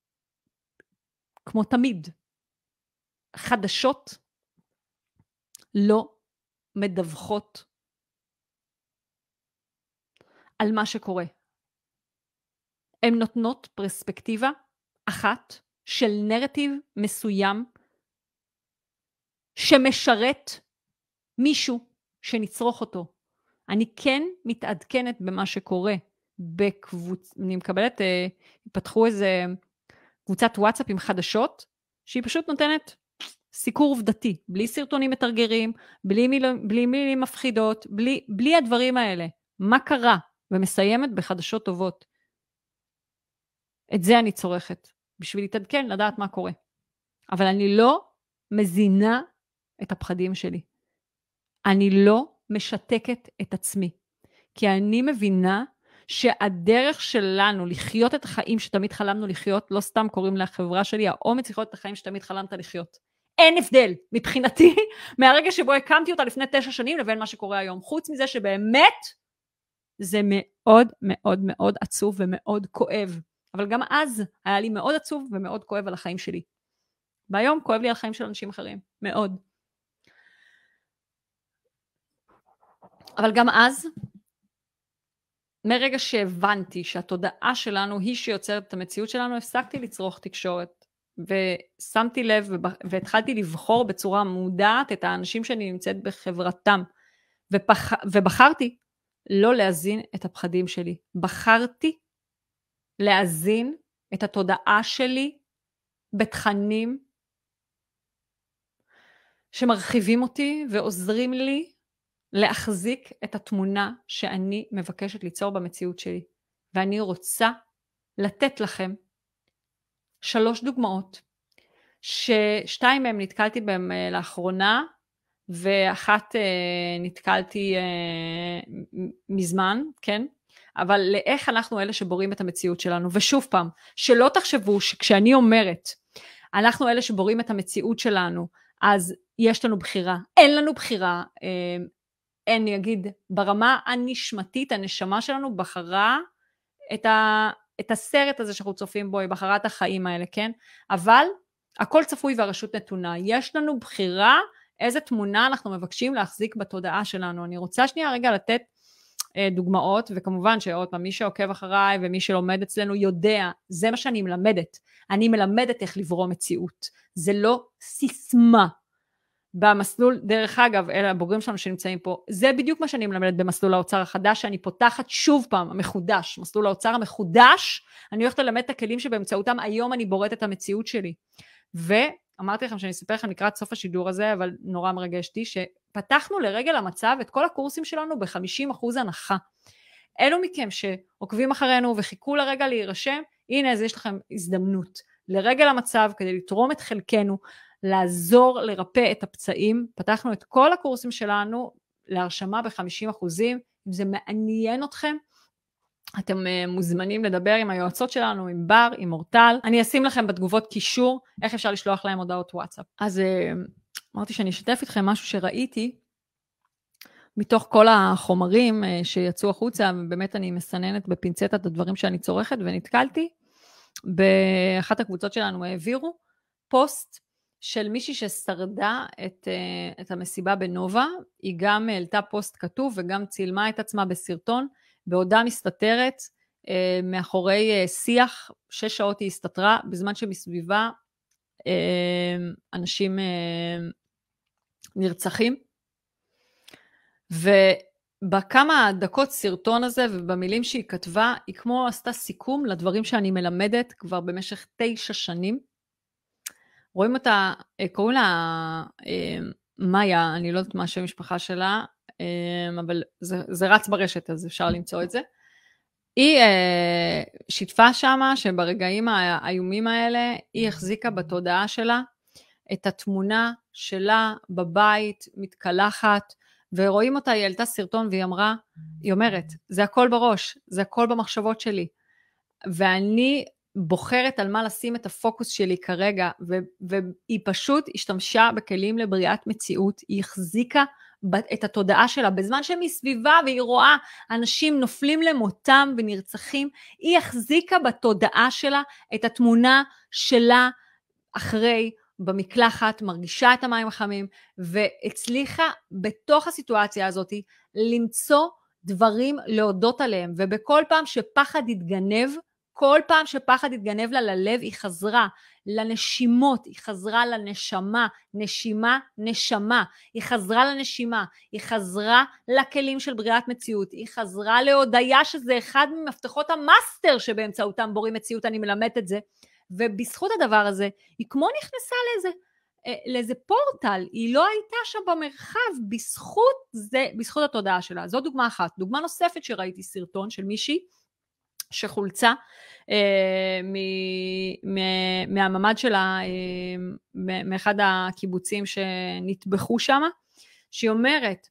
כמו תמיד, חדשות לא מדווחות על מה שקורה. הן נותנות פרספקטיבה אחת של נרטיב מסוים שמשרת מישהו שנצרוך אותו. אני כן מתעדכנת במה שקורה בקבוצ... אני מקבלת, אה, פתחו איזה קבוצת וואטסאפ עם חדשות, שהיא פשוט נותנת סיקור עובדתי, בלי סרטונים מתרגרים, בלי, מיל... בלי מילים מפחידות, בלי... בלי הדברים האלה. מה קרה? ומסיימת בחדשות טובות. את זה אני צורכת, בשביל להתעדכן, לדעת מה קורה. אבל אני לא מזינה את הפחדים שלי. אני לא משתקת את עצמי. כי אני מבינה שהדרך שלנו לחיות את החיים שתמיד חלמנו לחיות, לא סתם קוראים לחברה שלי, האומץ לחיות את החיים שתמיד חלמת לחיות. אין הבדל מבחינתי, מהרגע שבו הקמתי אותה לפני תשע שנים, לבין מה שקורה היום. חוץ מזה שבאמת, זה מאוד מאוד מאוד עצוב ומאוד כואב. אבל גם אז היה לי מאוד עצוב ומאוד כואב על החיים שלי. והיום כואב לי על החיים של אנשים אחרים. מאוד. אבל גם אז, מרגע שהבנתי שהתודעה שלנו היא שיוצרת את המציאות שלנו, הפסקתי לצרוך תקשורת. ושמתי לב והתחלתי לבחור בצורה מודעת את האנשים שאני נמצאת בחברתם. ופח... ובחרתי לא להזין את הפחדים שלי. בחרתי להזין את התודעה שלי בתכנים שמרחיבים אותי ועוזרים לי להחזיק את התמונה שאני מבקשת ליצור במציאות שלי. ואני רוצה לתת לכם שלוש דוגמאות, ששתיים מהם נתקלתי בהם לאחרונה, ואחת נתקלתי מזמן, כן? אבל לאיך אנחנו אלה שבורים את המציאות שלנו. ושוב פעם, שלא תחשבו שכשאני אומרת, אנחנו אלה שבורים את המציאות שלנו, אז יש לנו בחירה. אין לנו בחירה. אני אגיד, ברמה הנשמתית, הנשמה שלנו בחרה את, ה, את הסרט הזה שאנחנו צופים בו, היא בחרה את החיים האלה, כן? אבל הכל צפוי והרשות נתונה. יש לנו בחירה איזה תמונה אנחנו מבקשים להחזיק בתודעה שלנו. אני רוצה שנייה רגע לתת אה, דוגמאות, וכמובן שעוד פעם, מי שעוקב אחריי ומי שלומד אצלנו יודע, זה מה שאני מלמדת. אני מלמדת איך לברוא מציאות. זה לא סיסמה. במסלול, דרך אגב, אלה הבוגרים שלנו שנמצאים פה, זה בדיוק מה שאני מלמדת במסלול האוצר החדש, שאני פותחת שוב פעם, המחודש, מסלול האוצר המחודש, אני הולכת ללמד את הכלים שבאמצעותם היום אני בוראת את המציאות שלי. ואמרתי לכם שאני אספר לכם לקראת סוף השידור הזה, אבל נורא מרגשתי, שפתחנו לרגל המצב את כל הקורסים שלנו ב-חמישים אחוז הנחה. אלו מכם שעוקבים אחרינו וחיכו לרגע להירשם, הנה, אז יש לכם הזדמנות לרגל המצב כדי לתרום את חלקנו, לעזור לרפא את הפצעים. פתחנו את כל הקורסים שלנו להרשמה ב-חמישים אחוזים. אם זה מעניין אתכם, אתם מוזמנים לדבר עם היועצות שלנו, עם בר, עם אורטל. אני אשים לכם בתגובות קישור, איך אפשר לשלוח להם הודעות וואטסאפ. אז אמרתי שאני אשתף איתכם משהו שראיתי, מתוך כל החומרים שיצאו החוצה, ובאמת אני מסננת בפינצטת את הדברים שאני צורכת, ונתקלתי, באחת הקבוצות שלנו העבירו פוסט, של מישהי ששרדה את, את המסיבה בנובה, היא גם העלתה פוסט כתוב וגם צילמה את עצמה בסרטון, בעודה מסתתרת, מאחורי שיח, שש שעות היא הסתתרה, בזמן שמסביבה אנשים נרצחים, ובכמה דקות סרטון הזה ובמילים שהיא כתבה, היא כמו עשתה סיכום לדברים שאני מלמדת כבר במשך תשע שנים, רואים אותה, קוראים לה מאיה, אני לא יודעת מה השם משפחה שלה, אבל זה, זה רץ ברשת, אז אפשר למצוא את זה. היא שיתפה שמה שברגעים האיומים האלה, היא החזיקה בתודעה שלה את התמונה שלה בבית, מתקלחת, ורואים אותה, היא העלתה סרטון והיא אמרה, היא אומרת, זה הכל בראש, זה הכל במחשבות שלי, ואני בוחרת על מה לשים את הפוקוס שלי כרגע, ו- והיא פשוט השתמשה בכלים לבריאת מציאות, היא החזיקה את התודעה שלה, בזמן שמסביבה והיא רואה אנשים נופלים למותם ונרצחים, היא החזיקה בתודעה שלה את התמונה שלה אחרי, במקלחת, מרגישה את המים החמים, והצליחה בתוך הסיטואציה הזאת למצוא דברים להודות עליהם, ובכל פעם שפחד התגנב, כל פעם שפחד התגנב לה ללב, היא חזרה לנשימות, היא חזרה לנשמה, נשימה, נשמה, היא חזרה לנשימה, היא חזרה לכלים של בריאת מציאות, היא חזרה להודעה שזה אחד ממפתחות המאסטר שבאמצעותם בורים מציאות, אני מלמדת את זה, ובזכות הדבר הזה, היא כמו נכנסה לאיזה, לאיזה פורטל, היא לא הייתה שם במרחב, בזכות זה, בזכות התודעה שלה. זו דוגמה אחת. דוגמה נוספת שראיתי סרטון של מישהי, שחולצה אה, מ- מ- מהממד שלה, אה, מאחד הקיבוצים שנטבחו שם, שהיא אומרת,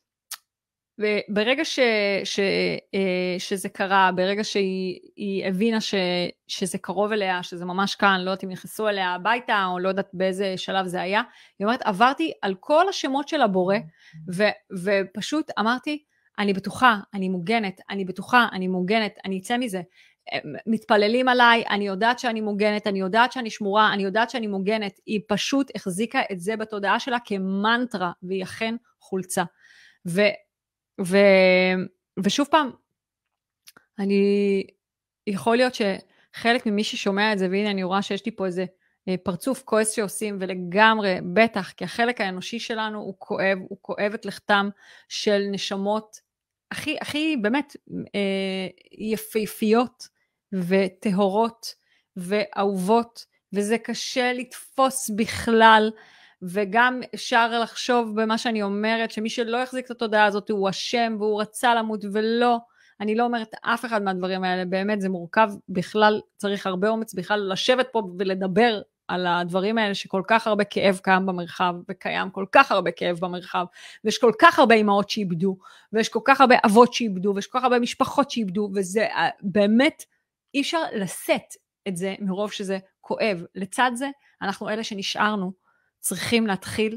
וברגע ש, ש, אה, שזה קרה, ברגע שהיא הבינה ש, שזה קרוב אליה, שזה ממש כאן, לא יודעת אם נכנסו אליה הביתה, או לא יודעת באיזה שלב זה היה, היא אומרת, עברתי על כל השמות של הבורא, ו, ופשוט אמרתי, אני בטוחה, אני מוגנת, אני בטוחה, אני מוגנת, אני אצא מזה, מתפללים עליי, אני יודעת שאני מוגנת, אני יודעת שאני שמורה, אני יודעת שאני מוגנת, היא פשוט החזיקה את זה בתודעה שלה כמנטרה, והיא אכן חולצה. ו, ו, ושוב פעם, אני, יכול להיות שחלק ממי ששומע את זה, והנה אני רואה שיש לי פה איזה פרצוף כועס שעושים, ולגמרי, בטח, כי החלק האנושי שלנו הוא כואב, הוא כואב את לכתם של נשמות, הכי, הכי באמת אה, יפהפיות, וטהורות, ואהובות, וזה קשה לתפוס בכלל, וגם אפשר לחשוב במה שאני אומרת, שמי שלא יחזיק את התודעה הזאת, הוא אשם, והוא רצה למות, ולא, אני לא אומרת אף אחד מהדברים האלה, באמת זה מורכב, בכלל צריך הרבה אומץ, בכלל לשבת פה ולדבר, על הדברים האלה שכל כך הרבה כאב קיים במרחב, וקיים כל כך הרבה כאב במרחב, ויש כל כך הרבה אמהות שאיבדו, ויש כל כך הרבה אבות שאיבדו, ויש כל כך הרבה משפחות שאיבדו, וזה באמת אי אפשר לשאת את זה מרוב שזה כואב. לצד זה, אנחנו אלה שנשארנו, צריכים להתחיל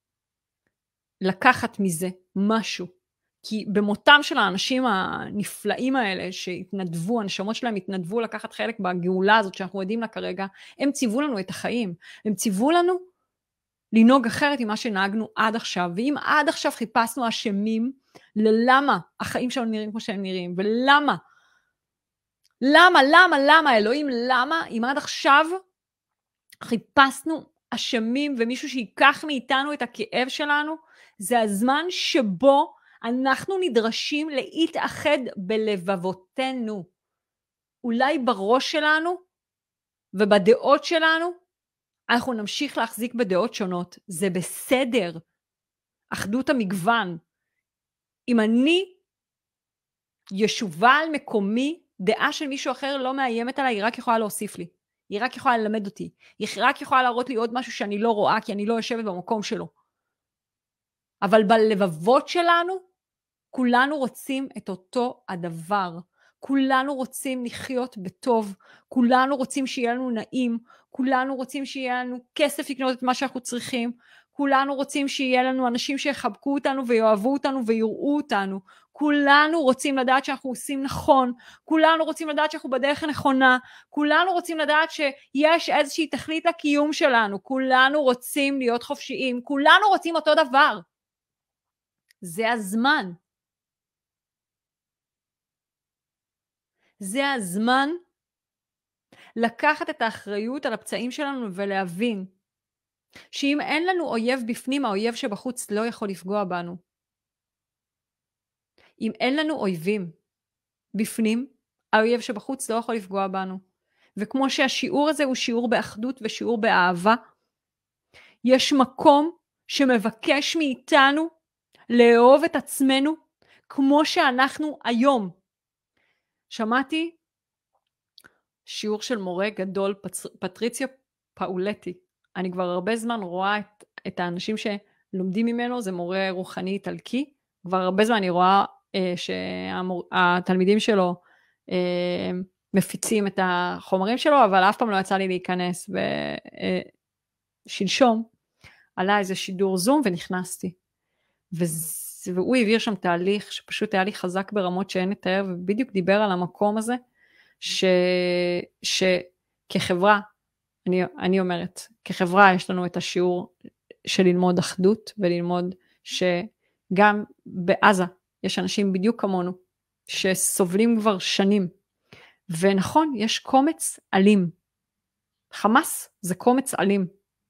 לקחת מזה משהו, כי במותם של האנשים הנפלאים האלה שהתנדבו, הנשמות שלהם התנדבו לקחת חלק בגאולה הזאת שאנחנו יודעים לה כרגע, הם ציוו לנו את החיים, הם ציוו לנו לנהוג אחרת ממה שנהגנו עד עכשיו, ואם עד עכשיו חיפשנו אשמים ללמה החיים שלנו נראים כמו שהם נראים, ולמה, למה, למה, למה, אלוהים, למה, אם עד עכשיו חיפשנו אשמים ומישהו שיקח מאיתנו את הכאב שלנו, זה הזמן שבו אנחנו נדרשים להתאחד בלבבותינו, אולי בראש שלנו ובדעות שלנו, אנחנו נמשיך להחזיק בדעות שונות, זה בסדר, אחדות המגוון, אם אני ישובה על מקומי, דעה של מישהו אחר לא מאיימת עליי, היא רק יכולה להוסיף לי, היא רק יכולה ללמד אותי, היא רק יכולה להראות לי עוד משהו שאני לא רואה, כי אני לא יושבת במקום שלו, אבל בלבבות שלנו, כולנו רוצים את אותו הדבר, כולנו רוצים לחיות בטוב, כולנו רוצים שיהיה לנו נעים, כולנו רוצים שיהיה לנו כסף לקנות את מה שאנחנו צריכים, כולנו רוצים שיהיה לנו אנשים שיחבקו אותנו ויאהבו אותנו ויראו אותנו, כולנו רוצים לדעת שאנחנו עושים נכון, כולנו רוצים לדעת שאנחנו בדרך הנכונה, כולנו רוצים לדעת שיש איזושהי תכלית לקיום שלנו, כולנו רוצים להיות חופשיים, כולנו רוצים אותו דבר. זה הזמן. זה הזמן לקחת את האחריות על הפצעים שלנו ולהבין שאם אין לנו אויב בפנים, האויב שבחוץ לא יכול לפגוע בנו. אם אין לנו אויבים בפנים, האויב שבחוץ לא יכול לפגוע בנו. וכמו שהשיעור הזה הוא שיעור באחדות ושיעור באהבה, יש מקום שמבקש מאיתנו לאהוב את עצמנו כמו שאנחנו היום. שמעתי שיעור של מורה גדול, פטריציה פאולטי. אני כבר הרבה זמן רואה את, את האנשים שלומדים ממנו, זה מורה רוחני איטלקי. כבר הרבה זמן אני רואה אה, שהתלמידים שלו אה, מפיצים את החומרים שלו, אבל אף פעם לא יצא לי להיכנס. ושלשום עלה איזה שידור זום ונכנסתי. וזה... והוא העביר שם תהליך שפשוט היה לי חזק ברמות שאין לתאר, ובדיוק דיבר על המקום הזה, ש, שכחברה, אני, אני אומרת, כחברה יש לנו את השיעור של ללמוד אחדות, וללמוד שגם בעזה יש אנשים בדיוק כמונו, שסובלים כבר שנים. ונכון, יש קומץ אלים. חמאס זה קומץ אלים.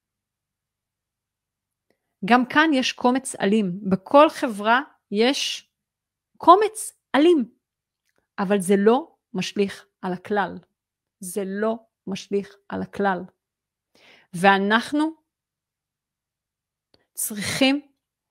גם כאן יש קומץ אלים. בכל חברה יש קומץ אלים. אבל זה לא משליך על הכלל. זה לא משליך על הכלל. ואנחנו צריכים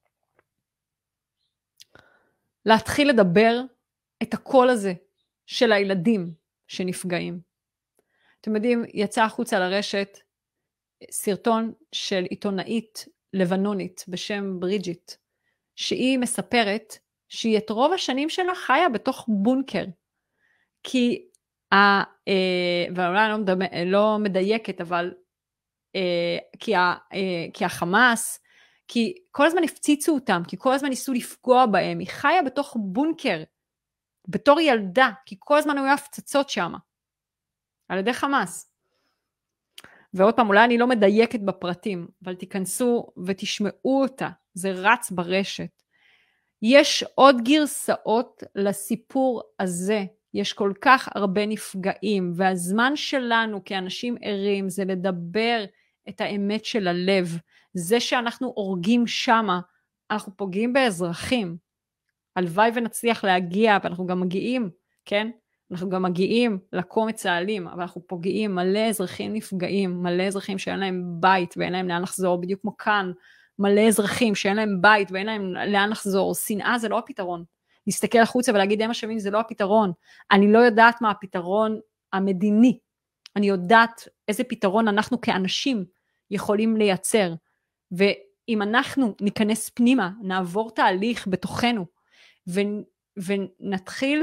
להתחיל לדבר את הקול הזה של הילדים שנפגעים. אתם יודעים, יצא החוצה לרשת סרטון של עיתונאית לבנונית בשם בריג'יט, שהיא מספרת שהיא את רוב השנים שלה חיה בתוך בונקר, כי, ה, אה, ואולי אני לא, מדמה, לא מדייקת, אבל אה, כי, ה, אה, כי החמאס, כי כל הזמן הפציצו אותם, כי כל הזמן ניסו לפגוע בהם, היא חיה בתוך בונקר, בתור ילדה, כי כל הזמן היו הפצצות שם, על ידי חמאס. ועוד פעם, אולי אני לא מדייקת בפרטים, אבל תיכנסו ותשמעו אותה, זה רץ ברשת. יש עוד גרסאות לסיפור הזה, יש כל כך הרבה נפגעים, והזמן שלנו כאנשים ערים זה לדבר את האמת של הלב. זה שאנחנו הורגים שמה, אנחנו פוגעים באזרחים. הלוואי ונצליח להגיע, ואנחנו גם מגיעים, כן? אנחנו גם מגיעים לקומץ האלים, אבל אנחנו פוגעים, מלא אזרחים נפגעים, מלא אזרחים שאין להם בית ואין להם לאן לחזור, בדיוק כמו כאן, מלא אזרחים שאין להם בית ואין להם לאן לחזור. שנאה זה לא הפתרון. להסתכל החוצה ולהגיד הם אשמים זה לא הפתרון. אני לא יודעת מה הפתרון המדיני. אני יודעת איזה פתרון אנחנו כאנשים יכולים לייצר. ואם אנחנו ניכנס פנימה, נעבור תהליך בתוכנו, ו- ונתחיל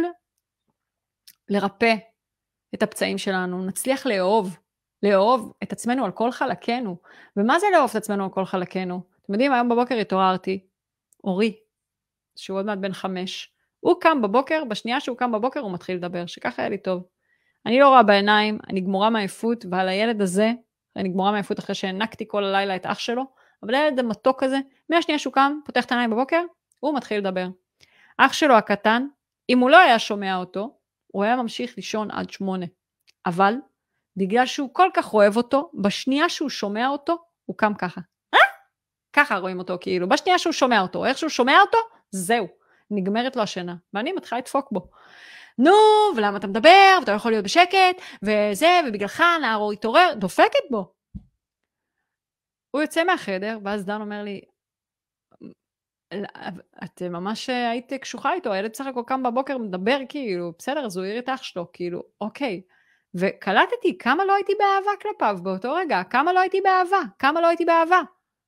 לרפא את הפצעים שלנו, נצליח לאהוב, לאהוב את עצמנו על כל חלקנו. ומה זה לאהוב את עצמנו על כל חלקנו? אתם יודעים, היום בבוקר התעוררתי, אורי, שהוא עוד מעט בן חמש, הוא קם בבוקר, בשנייה שהוא קם בבוקר הוא מתחיל לדבר, שככה היה לי טוב. אני לא רואה בעיניים, אני גמורה מעייפות, ועל הילד הזה, אני גמורה מעייפות אחרי שהענקתי כל הלילה את אח שלו, אבל הילד המתוק הזה, מהשנייה שהוא קם, פותח את העיניים בבוקר, הוא מתחיל לדבר. אח שלו הקטן, אם הוא לא היה שומע אותו, הוא היה ממשיך לישון עד שמונה. אבל, בגלל שהוא כל כך אוהב אותו, בשנייה שהוא שומע אותו, הוא קם ככה. אה? ככה רואים אותו כאילו, בשנייה שהוא שומע אותו, איך שהוא שומע אותו, זהו, נגמרת לו השינה, ואני מתחילה לדפוק בו. נו, ולמה אתה מדבר, ואתה יכול להיות בשקט, וזה, ובגללך נער התעורר, דופקת בו. הוא יוצא מהחדר, ואז דן אומר לי, את ממש היית קשוחה איתו, הילד צריך כל קם בבוקר מדבר כאילו, בסדר, אז הוא העיר את אח שלו, כאילו, אוקיי. וקלטתי כמה לא הייתי באהבה כלפיו באותו רגע, כמה לא הייתי באהבה, כמה לא הייתי באהבה.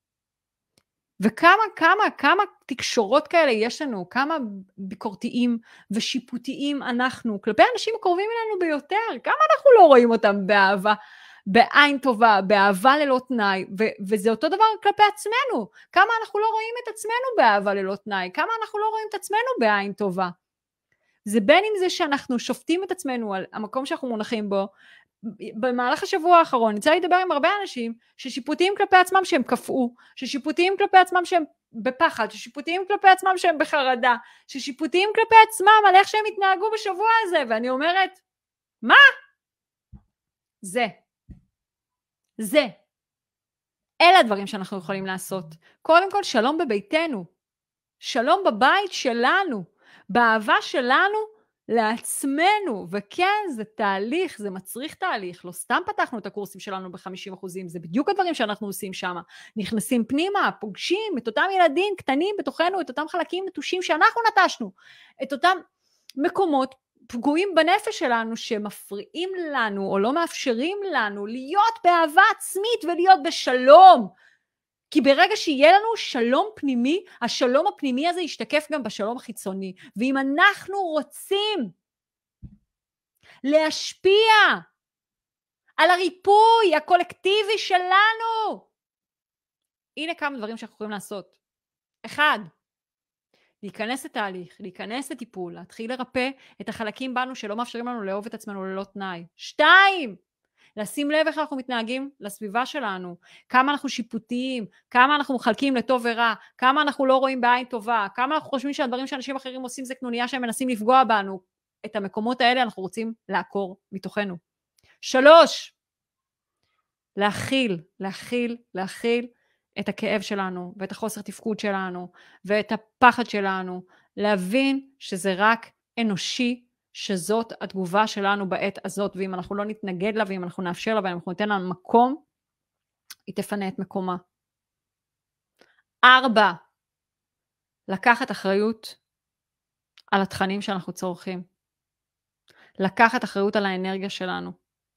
וכמה, כמה, כמה תקשורות כאלה יש לנו, כמה ביקורתיים ושיפוטיים אנחנו, כלפי אנשים הקרובים אלינו ביותר, כמה אנחנו לא רואים אותם באהבה, בעין טובה, באהבה ללא תנאי, ו- וזה אותו דבר כלפי עצמנו, כמה אנחנו לא רואים את עצמנו באהבה ללא תנאי, כמה אנחנו לא רואים את עצמנו בעין טובה. זה בין אם זה שאנחנו שופטים את עצמנו על המקום שאנחנו מונחים בו, במהלך השבוע האחרון, נצא לדבר עם הרבה אנשים ששיפוטיים כלפי עצמם שהם קפאו, ששיפוטיים כלפי עצמם שהם בפחד, ששיפוטיים כלפי עצמם שהם בחרדה, ששיפוטיים כלפי עצמם על איך שהם התנהגו בשבוע הזה, ואני אומרת, מה? זה. זה. אלה הדברים שאנחנו יכולים לעשות. קודם כל, שלום בביתנו. שלום בבית שלנו. באהבה שלנו לעצמנו. וכן, זה תהליך, זה מצריך תהליך. לא סתם פתחנו את הקורסים שלנו ב-חמישים אחוזים. זה בדיוק הדברים שאנחנו עושים שם. נכנסים פנימה, פוגשים את אותם ילדים קטנים בתוכנו, את אותם חלקים נטושים שאנחנו נטשנו. את אותם מקומות פגועים בנפש שלנו שמפריעים לנו או לא מאפשרים לנו להיות באהבה עצמית ולהיות בשלום. כי ברגע שיהיה לנו שלום פנימי, השלום הפנימי הזה ישתקף גם בשלום החיצוני. ואם אנחנו רוצים להשפיע על הריפוי הקולקטיבי שלנו, הנה כמה דברים שאנחנו יכולים לעשות. אחד, להיכנס לתהליך, להיכנס לטיפול, להתחיל לרפא את החלקים בנו שלא מאפשרים לנו לאהוב את עצמנו ללא תנאי. שתיים, לשים לב איך אנחנו מתנהגים לסביבה שלנו, כמה אנחנו שיפוטיים, כמה אנחנו מחלקים לטוב ורע, כמה אנחנו לא רואים בעין טובה, כמה אנחנו חושבים שהדברים שאנשים אחרים עושים זה קנוניה שהם מנסים לפגוע בנו. את המקומות האלה אנחנו רוצים לעקור מתוכנו. שלוש, להכיל, להכיל, להכיל את הכאב שלנו, ואת החוסר תפקוד שלנו, ואת הפחד שלנו, להבין שזה רק אנושי, שזאת התגובה שלנו בעת הזאת, ואם אנחנו לא נתנגד לה, ואם אנחנו נאפשר לה, ואם אנחנו ניתן לה מקום, היא תפנה את מקומה. ארבע, לקחת אחריות על התכנים שאנחנו צורכים. לקחת אחריות על האנרגיה שלנו.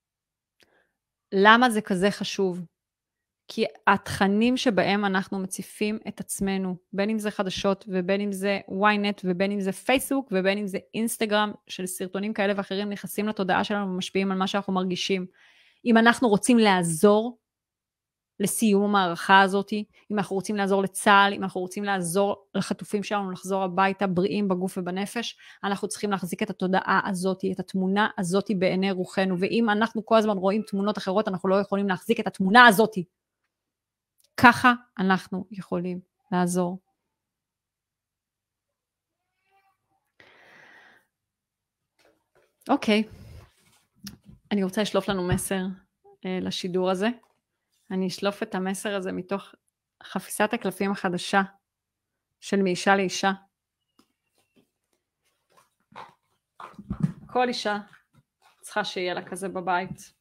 למה זה כזה חשוב? כי התכנים שבהם אנחנו מציפים את עצמנו, בין אם זה חדשות, ובין אם זה וויינט, ובין אם זה פייסבוק, ובין אם זה אינסטגרם, של סרטונים כאלה ואחרים, נכנסים לתודעה שלנו ומשפיעים על מה שאנחנו מרגישים. אם אנחנו רוצים לעזור לסיום המערכה הזאת, אם אנחנו רוצים לעזור לצה"ל, אם אנחנו רוצים לעזור לחטופים שלנו, לחזור הביתה בריאים בגוף ובנפש, אנחנו צריכים להחזיק את התודעה הזאת, את התמונה הזאת בעיני רוחנו, ואם אנחנו כל הזמן רואים תמונות אחרות, אנחנו לא יכולים להחזיק את התמונה הזאת. ככה אנחנו יכולים לעזור. אוקיי, אני רוצה לשלוף לנו מסר אה, לשידור הזה. אני אשלוף את המסר הזה מתוך חפיסת הקלפים החדשה של מאישה לאישה. כל אישה צריכה שיהיה לה כזה בבית.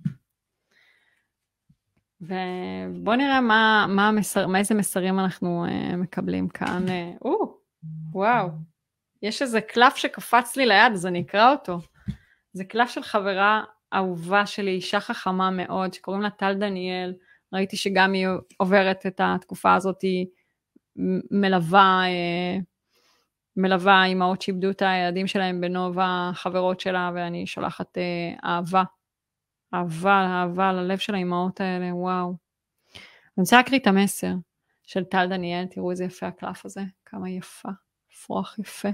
ובוא נראה מה, מה המסר, מה איזה מסרים אנחנו uh, מקבלים כאן. או, וואו, יש איזה קלף שקפץ לי ליד, אז אני אקרא אותו. זה קלף של חברה אהובה שלי, אישה חכמה מאוד, שקוראים לה טל דניאל. ראיתי שגם היא עוברת את התקופה הזאת, היא מלווה, uh, מלווה אימהות שאיבדו את הילדים שלהם בנובה, חברות שלה, ואני שולחת uh, אהבה. אהבה, אהבה ללב של האימהות האלה, וואו. אני רוצה להקריא את המסר של טל דניאל, תראו איזה יפה הקלף הזה, כמה יפה, פרוח יפה.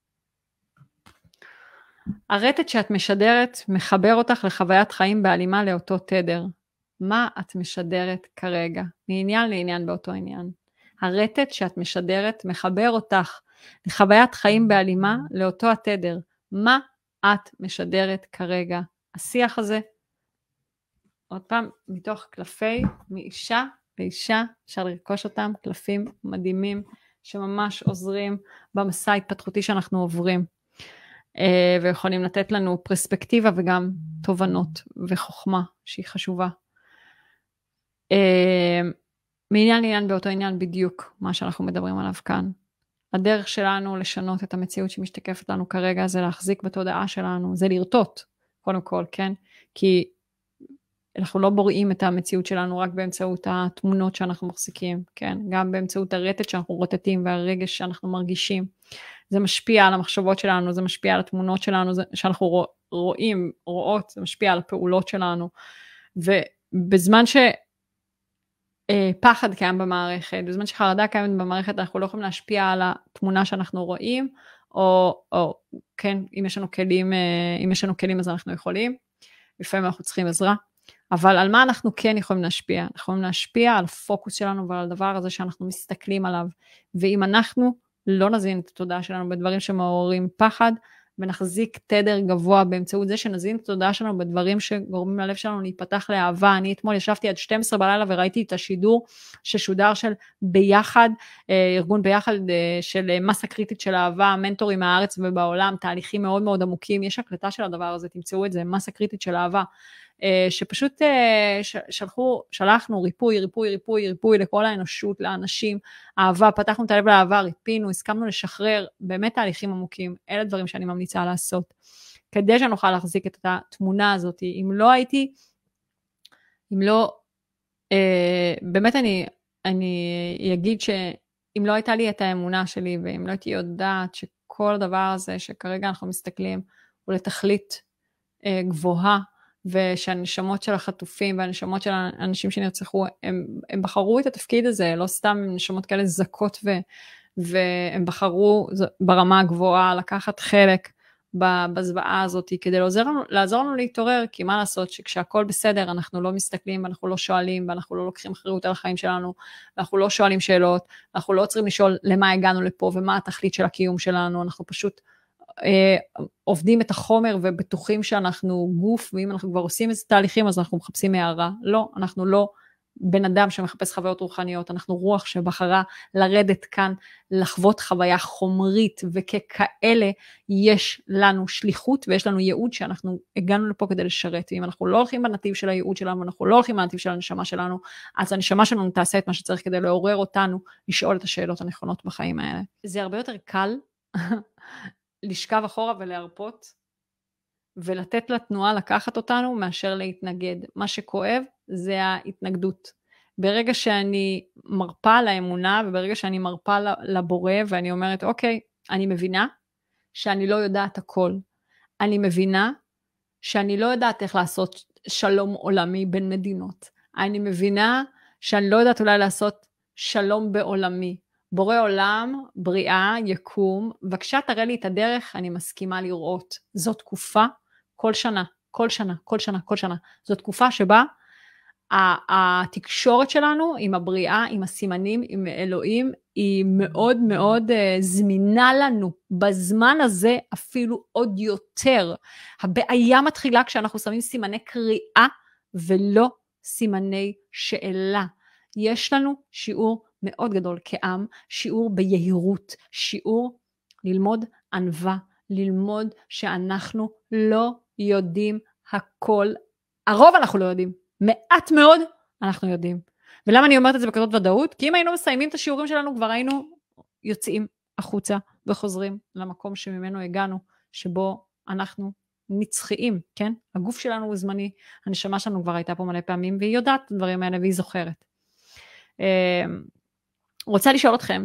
הרטט שאת משדרת מחבר אותך לחוויית חיים בהלימה לאותו תדר. מה את משדרת כרגע? מעניין לעניין באותו עניין. הרטט שאת משדרת מחבר אותך לחוויית חיים בהלימה לאותו התדר. מה את משדרת כרגע? השיח הזה, עוד פעם, מתוך קלפי, מאישה לאישה, אפשר לרכוש אותם, קלפים מדהימים, שממש עוזרים במסע ההתפתחותי שאנחנו עוברים, ויכולים לתת לנו פרספקטיבה וגם תובנות וחוכמה שהיא חשובה. מעניין לעניין באותו עניין בדיוק מה שאנחנו מדברים עליו כאן. הדרך שלנו לשנות את המציאות שמשתקפת לנו כרגע, זה להחזיק בתודעה שלנו, זה לרטוט, קודם כל, כן? כי אנחנו לא בוראים את המציאות שלנו רק באמצעות התמונות שאנחנו מחזיקים, כן? גם באמצעות הרטט שאנחנו רוטטים והרגש שאנחנו מרגישים. זה משפיע על המחשבות שלנו, זה משפיע על התמונות שלנו שאנחנו רואים, רואות, זה משפיע על הפעולות שלנו. ובזמן שפחד קיים במערכת, בזמן שחרדה קיימת במערכת, אנחנו לא יכולים להשפיע על התמונה שאנחנו רואים, או, או כן, אם יש לנו כלים, אם יש לנו כלים אז אנחנו יכולים, לפעמים אנחנו צריכים עזרה. אבל על מה אנחנו כן יכולים להשפיע? אנחנו יכולים להשפיע על הפוקוס שלנו ועל הדבר הזה שאנחנו מסתכלים עליו. ואם אנחנו לא נזין את התודעה שלנו בדברים שמעוררים פחד, ונחזיק תדר גבוה באמצעות זה שנזין את התודעה שלנו בדברים שגורמים ללב שלנו להיפתח לאהבה. אני אתמול ישבתי עד שתים עשרה בלילה וראיתי את השידור ששודר של ביחד, ארגון ביחד של מסה קריטית של אהבה, מנטורים מהארץ ובעולם, תהליכים מאוד מאוד עמוקים. יש הקלטה של הדבר הזה, תמצאו את זה, מסה קריטית של אהבה. שפשוט שלחו, שלחנו ריפוי, ריפוי, ריפוי, ריפוי לכל האנושות, לאנשים, אהבה, פתחנו את הלב לאהבה, ריפינו, הסכמנו לשחרר, באמת תהליכים עמוקים, אלה דברים שאני ממליצה לעשות, כדי שנוכל להחזיק את התמונה הזאת. אם לא הייתי, אם לא, אה, באמת אני, אני אגיד שאם לא הייתה לי את האמונה שלי, ואם לא הייתי יודעת שכל הדבר הזה שכרגע אנחנו מסתכלים, הוא לתכלית אה, גבוהה, ושהנשמות של החטופים והנשמות של האנשים שנרצחו, הם, הם בחרו את התפקיד הזה, לא סתם נשמות כאלה זקות, ו, והם בחרו ברמה הגבוהה לקחת חלק בזוועה הזאת, כדי לעזור לנו, לעזור לנו להתעורר, כי מה לעשות שכשהכל בסדר, אנחנו לא מסתכלים, אנחנו לא שואלים, ואנחנו לא לוקחים אחריות על החיים שלנו, אנחנו לא שואלים שאלות, אנחנו לא צריכים לשאול למה הגענו לפה, ומה התכלית של הקיום שלנו, אנחנו פשוט אה, עובדים את החומר, ובטוחים שאנחנו גוף, ואם אנחנו כבר עושים איזה תהליכים, אז אנחנו מחפשים הערה. לא, אנחנו לא בן אדם שמחפש חוויות רוחניות, אנחנו רוח שבחרה לרדת כאן, לחוות חוויה חומרית, וככאלה יש לנו שליחות, ויש לנו ייעוד שאנחנו הגענו לפה כדי לשרת, ואם אנחנו לא הולכים בנתיב של הייעוד שלנו, אנחנו לא הולכים בנתיב של הנשמה שלנו, אז הנשמה שלנו תעשה את מה שצריך כדי לעורר אותנו, לשאול את השאלות הנכונות בחיים האלה. זה הרבה יותר קל לשכב אחורה ולהרפות, ולתת לתנועה לקחת אותנו, מאשר להתנגד. מה שכואב זה ההתנגדות. ברגע שאני מרפה על האמונה, וברגע שאני מרפה לבורא, ואני אומרת, אוקיי, אני מבינה שאני לא יודעת הכל. אני מבינה שאני לא יודעת איך לעשות שלום עולמי בין מדינות. אני מבינה שאני לא יודעת אולי לעשות שלום בעולמי. בורא עולם, בריאה, יקום, בבקשה תראה לי את הדרך, אני מסכימה לראות. זו תקופה, כל שנה, כל שנה, כל שנה, כל שנה. זו תקופה שבה התקשורת שלנו עם הבריאה, עם הסימנים, עם אלוהים, היא מאוד מאוד uh, זמינה לנו. בזמן הזה אפילו עוד יותר. הבעיה מתחילה כשאנחנו שמים סימני קריאה, ולא סימני שאלה. יש לנו שיעור מאוד גדול כעם, שיעור ביהירות, שיעור ללמוד ענווה, ללמוד שאנחנו לא יודעים הכל. הרוב אנחנו לא יודעים. מעט מאוד אנחנו יודעים. ולמה אני אומרת את זה בכזאת ודאות? כי אם היינו מסיימים את השיעורים שלנו, כבר היינו יוצאים החוצה וחוזרים למקום שממנו הגענו, שבו אנחנו נצחיים, כן? הגוף שלנו הוא זמני, הנשמה שלנו כבר הייתה פה מלא פעמים, והיא יודעת את הדברים האלה והיא זוכרת. רוצה לשאול אתכם,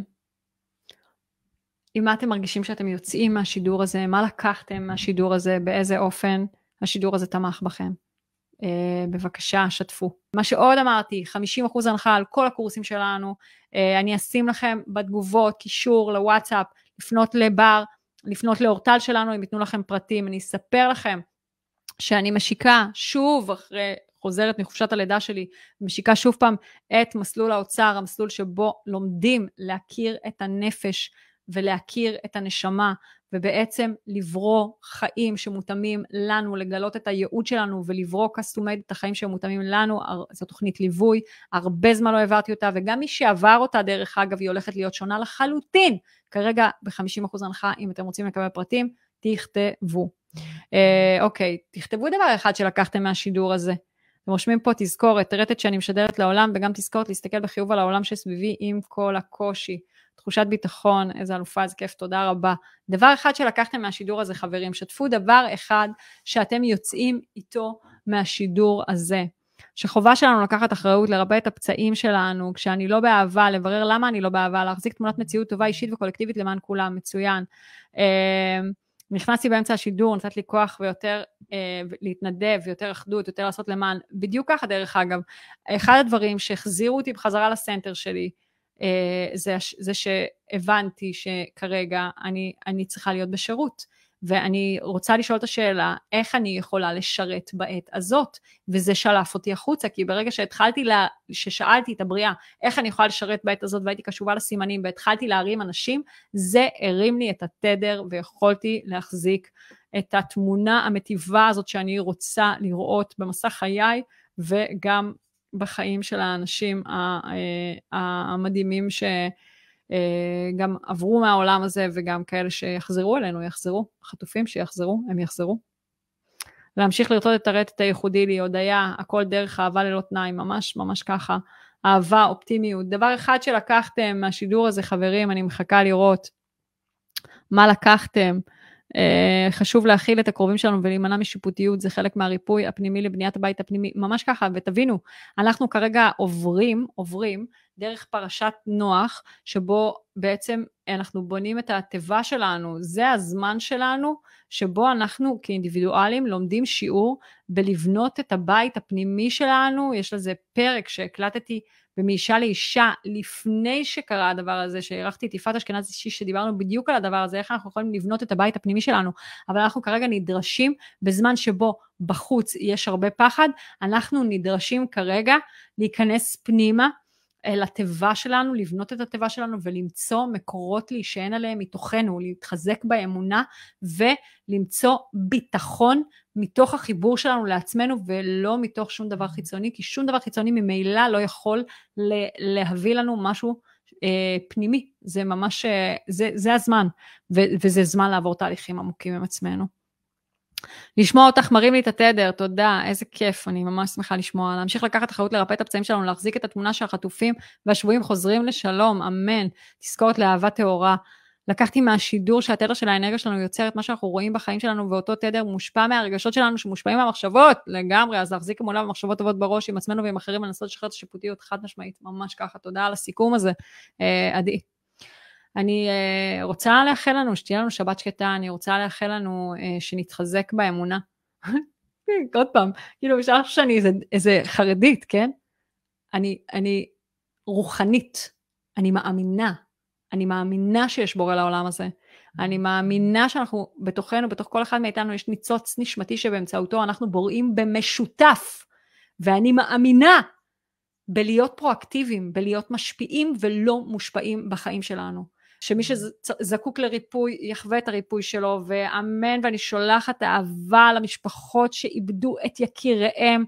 אם מה אתם מרגישים שאתם יוצאים מהשידור הזה, מה לקחתם מהשידור הזה, באיזה אופן השידור הזה תמך בכם? Uh, בבקשה, שתפו. מה שעוד אמרתי, חמישים אחוז הנחה על כל הקורסים שלנו, uh, אני אשים לכם בתגובות, קישור לוואטסאפ, לפנות לבר, לפנות לאורטל שלנו, הם ייתנו לכם פרטים, אני אספר לכם שאני משיקה שוב, אחרי חוזרת מחופשת הלידה שלי, משיקה שוב פעם את מסלול האוצר, המסלול שבו לומדים להכיר את הנפש, ולהכיר את הנשמה, ובעצם לברוא חיים שמותאמים לנו, לגלות את הייעוד שלנו, ולברוא קסטומייד את החיים שמותאמים לנו. זו תוכנית ליווי, הרבה זמן לא העברתי אותה, וגם מי שעבר אותה דרך אגב, היא הולכת להיות שונה לחלוטין, כרגע ב-חמישים אחוז הנחה, אם אתם רוצים לקבל פרטים, תכתבו. אה, אוקיי, תכתבו דבר אחד שלקחתם מהשידור הזה, אתם רושמים פה תזכורת, תרטת שאני משדרת לעולם, וגם תזכורת להסתכל בחיוב על העולם שסביבי עם כל הקושי. תחושת ביטחון, איזה אלופה, איזה כיף, תודה רבה. דבר אחד שלקחתם מהשידור הזה, חברים, שתפו דבר אחד שאתם יוצאים איתו מהשידור הזה. שחובה שלנו לקחת אחריות, לרפא את הפצעים שלנו, כשאני לא באהבה, לברר למה אני לא באהבה, להחזיק תמונת מציאות טובה אישית וקולקטיבית למען כולם, מצוין. נכנסתי באמצע השידור, נתת לי כוח ויותר להתנדב, ויותר אחדות, יותר לעשות למען, בדיוק ככה דרך אגב. אחד הדברים שהחזירו אותי בחזרה לסנטר שלי, זה, זה שהבנתי שכרגע אני, אני צריכה להיות בשירות, ואני רוצה לשאול את השאלה, איך אני יכולה לשרת בעת הזאת, וזה שלף אותי החוצה, כי ברגע שהתחלתי, לה, ששאלתי את הבריאה, איך אני יכולה לשרת בעת הזאת, והייתי קשובה לסימנים, והתחלתי להרים אנשים, זה הרים לי את התדר, ויכולתי להחזיק את התמונה המטיבה הזאת, שאני רוצה לראות במסך חיי, וגם בחיים של האנשים המדהימים שגם עברו מהעולם הזה, וגם כאלה שיחזרו אלינו, יחזרו, חטופים שיחזרו, הם יחזרו. להמשיך לרצות את הרטט הייחודי לי, הודיה, הכל דרך אהבה ללא תנאי, ממש ממש ככה, אהבה, אופטימיות. דבר אחד שלקחתם מהשידור הזה, חברים, אני מחכה לראות מה לקחתם. Uh, חשוב להכיל את הקרובים שלנו ולהימנע משיפוטיות, זה חלק מהריפוי הפנימי לבניית הבית הפנימי, ממש ככה, ותבינו, אנחנו כרגע עוברים, עוברים דרך פרשת נוח, שבו בעצם אנחנו בונים את הטבע שלנו, זה הזמן שלנו, שבו אנחנו כאינדיבידואלים לומדים שיעור בלבנות את הבית הפנימי שלנו, יש לזה פרק שהקלטתי ומאישה לאישה, לפני שקרה הדבר הזה, שהערכתי את יפעת אשכנזי שדיברנו בדיוק על הדבר הזה, איך אנחנו יכולים לבנות את הבית הפנימי שלנו, אבל אנחנו כרגע נדרשים, בזמן שבו בחוץ יש הרבה פחד, אנחנו נדרשים כרגע להיכנס פנימה, לטבע שלנו, לבנות את הטבע שלנו ולמצוא מקורות להישען עליהם מתוכנו, להתחזק באמונה ולמצוא ביטחון מתוך החיבור שלנו לעצמנו ולא מתוך שום דבר חיצוני, כי שום דבר חיצוני ממילא לא יכול להביא לנו משהו אה, פנימי, זה ממש, זה, זה הזמן, ו- וזה זמן לעבור תהליכים עמוקים עם עצמנו. לשמוע אותך מרים לי את התדר, תודה, איזה כיף, אני ממש שמחה לשמוע, להמשיך לקחת אחריות לרפא את הפצעים שלנו, להחזיק את התמונה שהחטופים והשבויים חוזרים לשלום, אמן, תזכורת לאהבה טהורה, לקחתי מהשידור שהתדר של האנרגיה שלנו יוצר את מה שאנחנו רואים בחיים שלנו, ואותו תדר מושפע מהרגשות שלנו שמושפעים מהמחשבות, לגמרי, אז להחזיק אמונה במחשבות טובות בראש עם עצמנו ועם אחרים, לנסות לשחרר את השיפוטיות חד משמעית, ממש ככה, תודה על הסיכום הזה, עדי. אני uh, רוצה לאחל לנו, שתהיה לנו שבת שקטה, אני רוצה לאחל לנו uh, שנתחזק באמונה. עוד פעם, כאילו אפשר שאני איזה, איזה חרדית, כן? אני, אני רוחנית, אני מאמינה, אני מאמינה שיש בורא לעולם הזה, אני מאמינה שאנחנו בתוכנו, בתוך כל אחד מאיתנו יש ניצוץ נשמתי שבאמצעותו אנחנו בוראים במשותף, ואני מאמינה בלהיות פרואקטיביים, בלהיות משפיעים ולא מושפעים בחיים שלנו. שמי שזקוק לריפוי יחווה את הריפוי שלו, ואמן, ואני שולחת אהבה למשפחות שאיבדו את יקיריהם,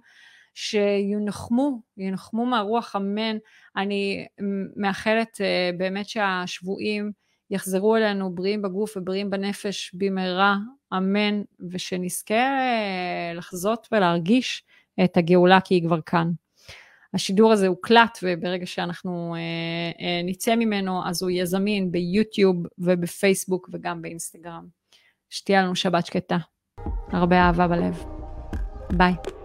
שיונחמו, יונחמו מהרוח, אמן. אני מאחלת uh, באמת שהשבועים יחזרו אלינו בריאים בגוף ובריאים בנפש במהרה, אמן, ושנזכה uh, לחזות ולהרגיש את הגאולה כי היא כבר כאן. השידור הזה הוקלט, וברגע שאנחנו אה, אה, נצא ממנו, אז הוא יהיה זמין ביוטיוב ובפייסבוק וגם באינסטגרם. שתהיה לנו שבת שקטה. הרבה אהבה בלב. ביי.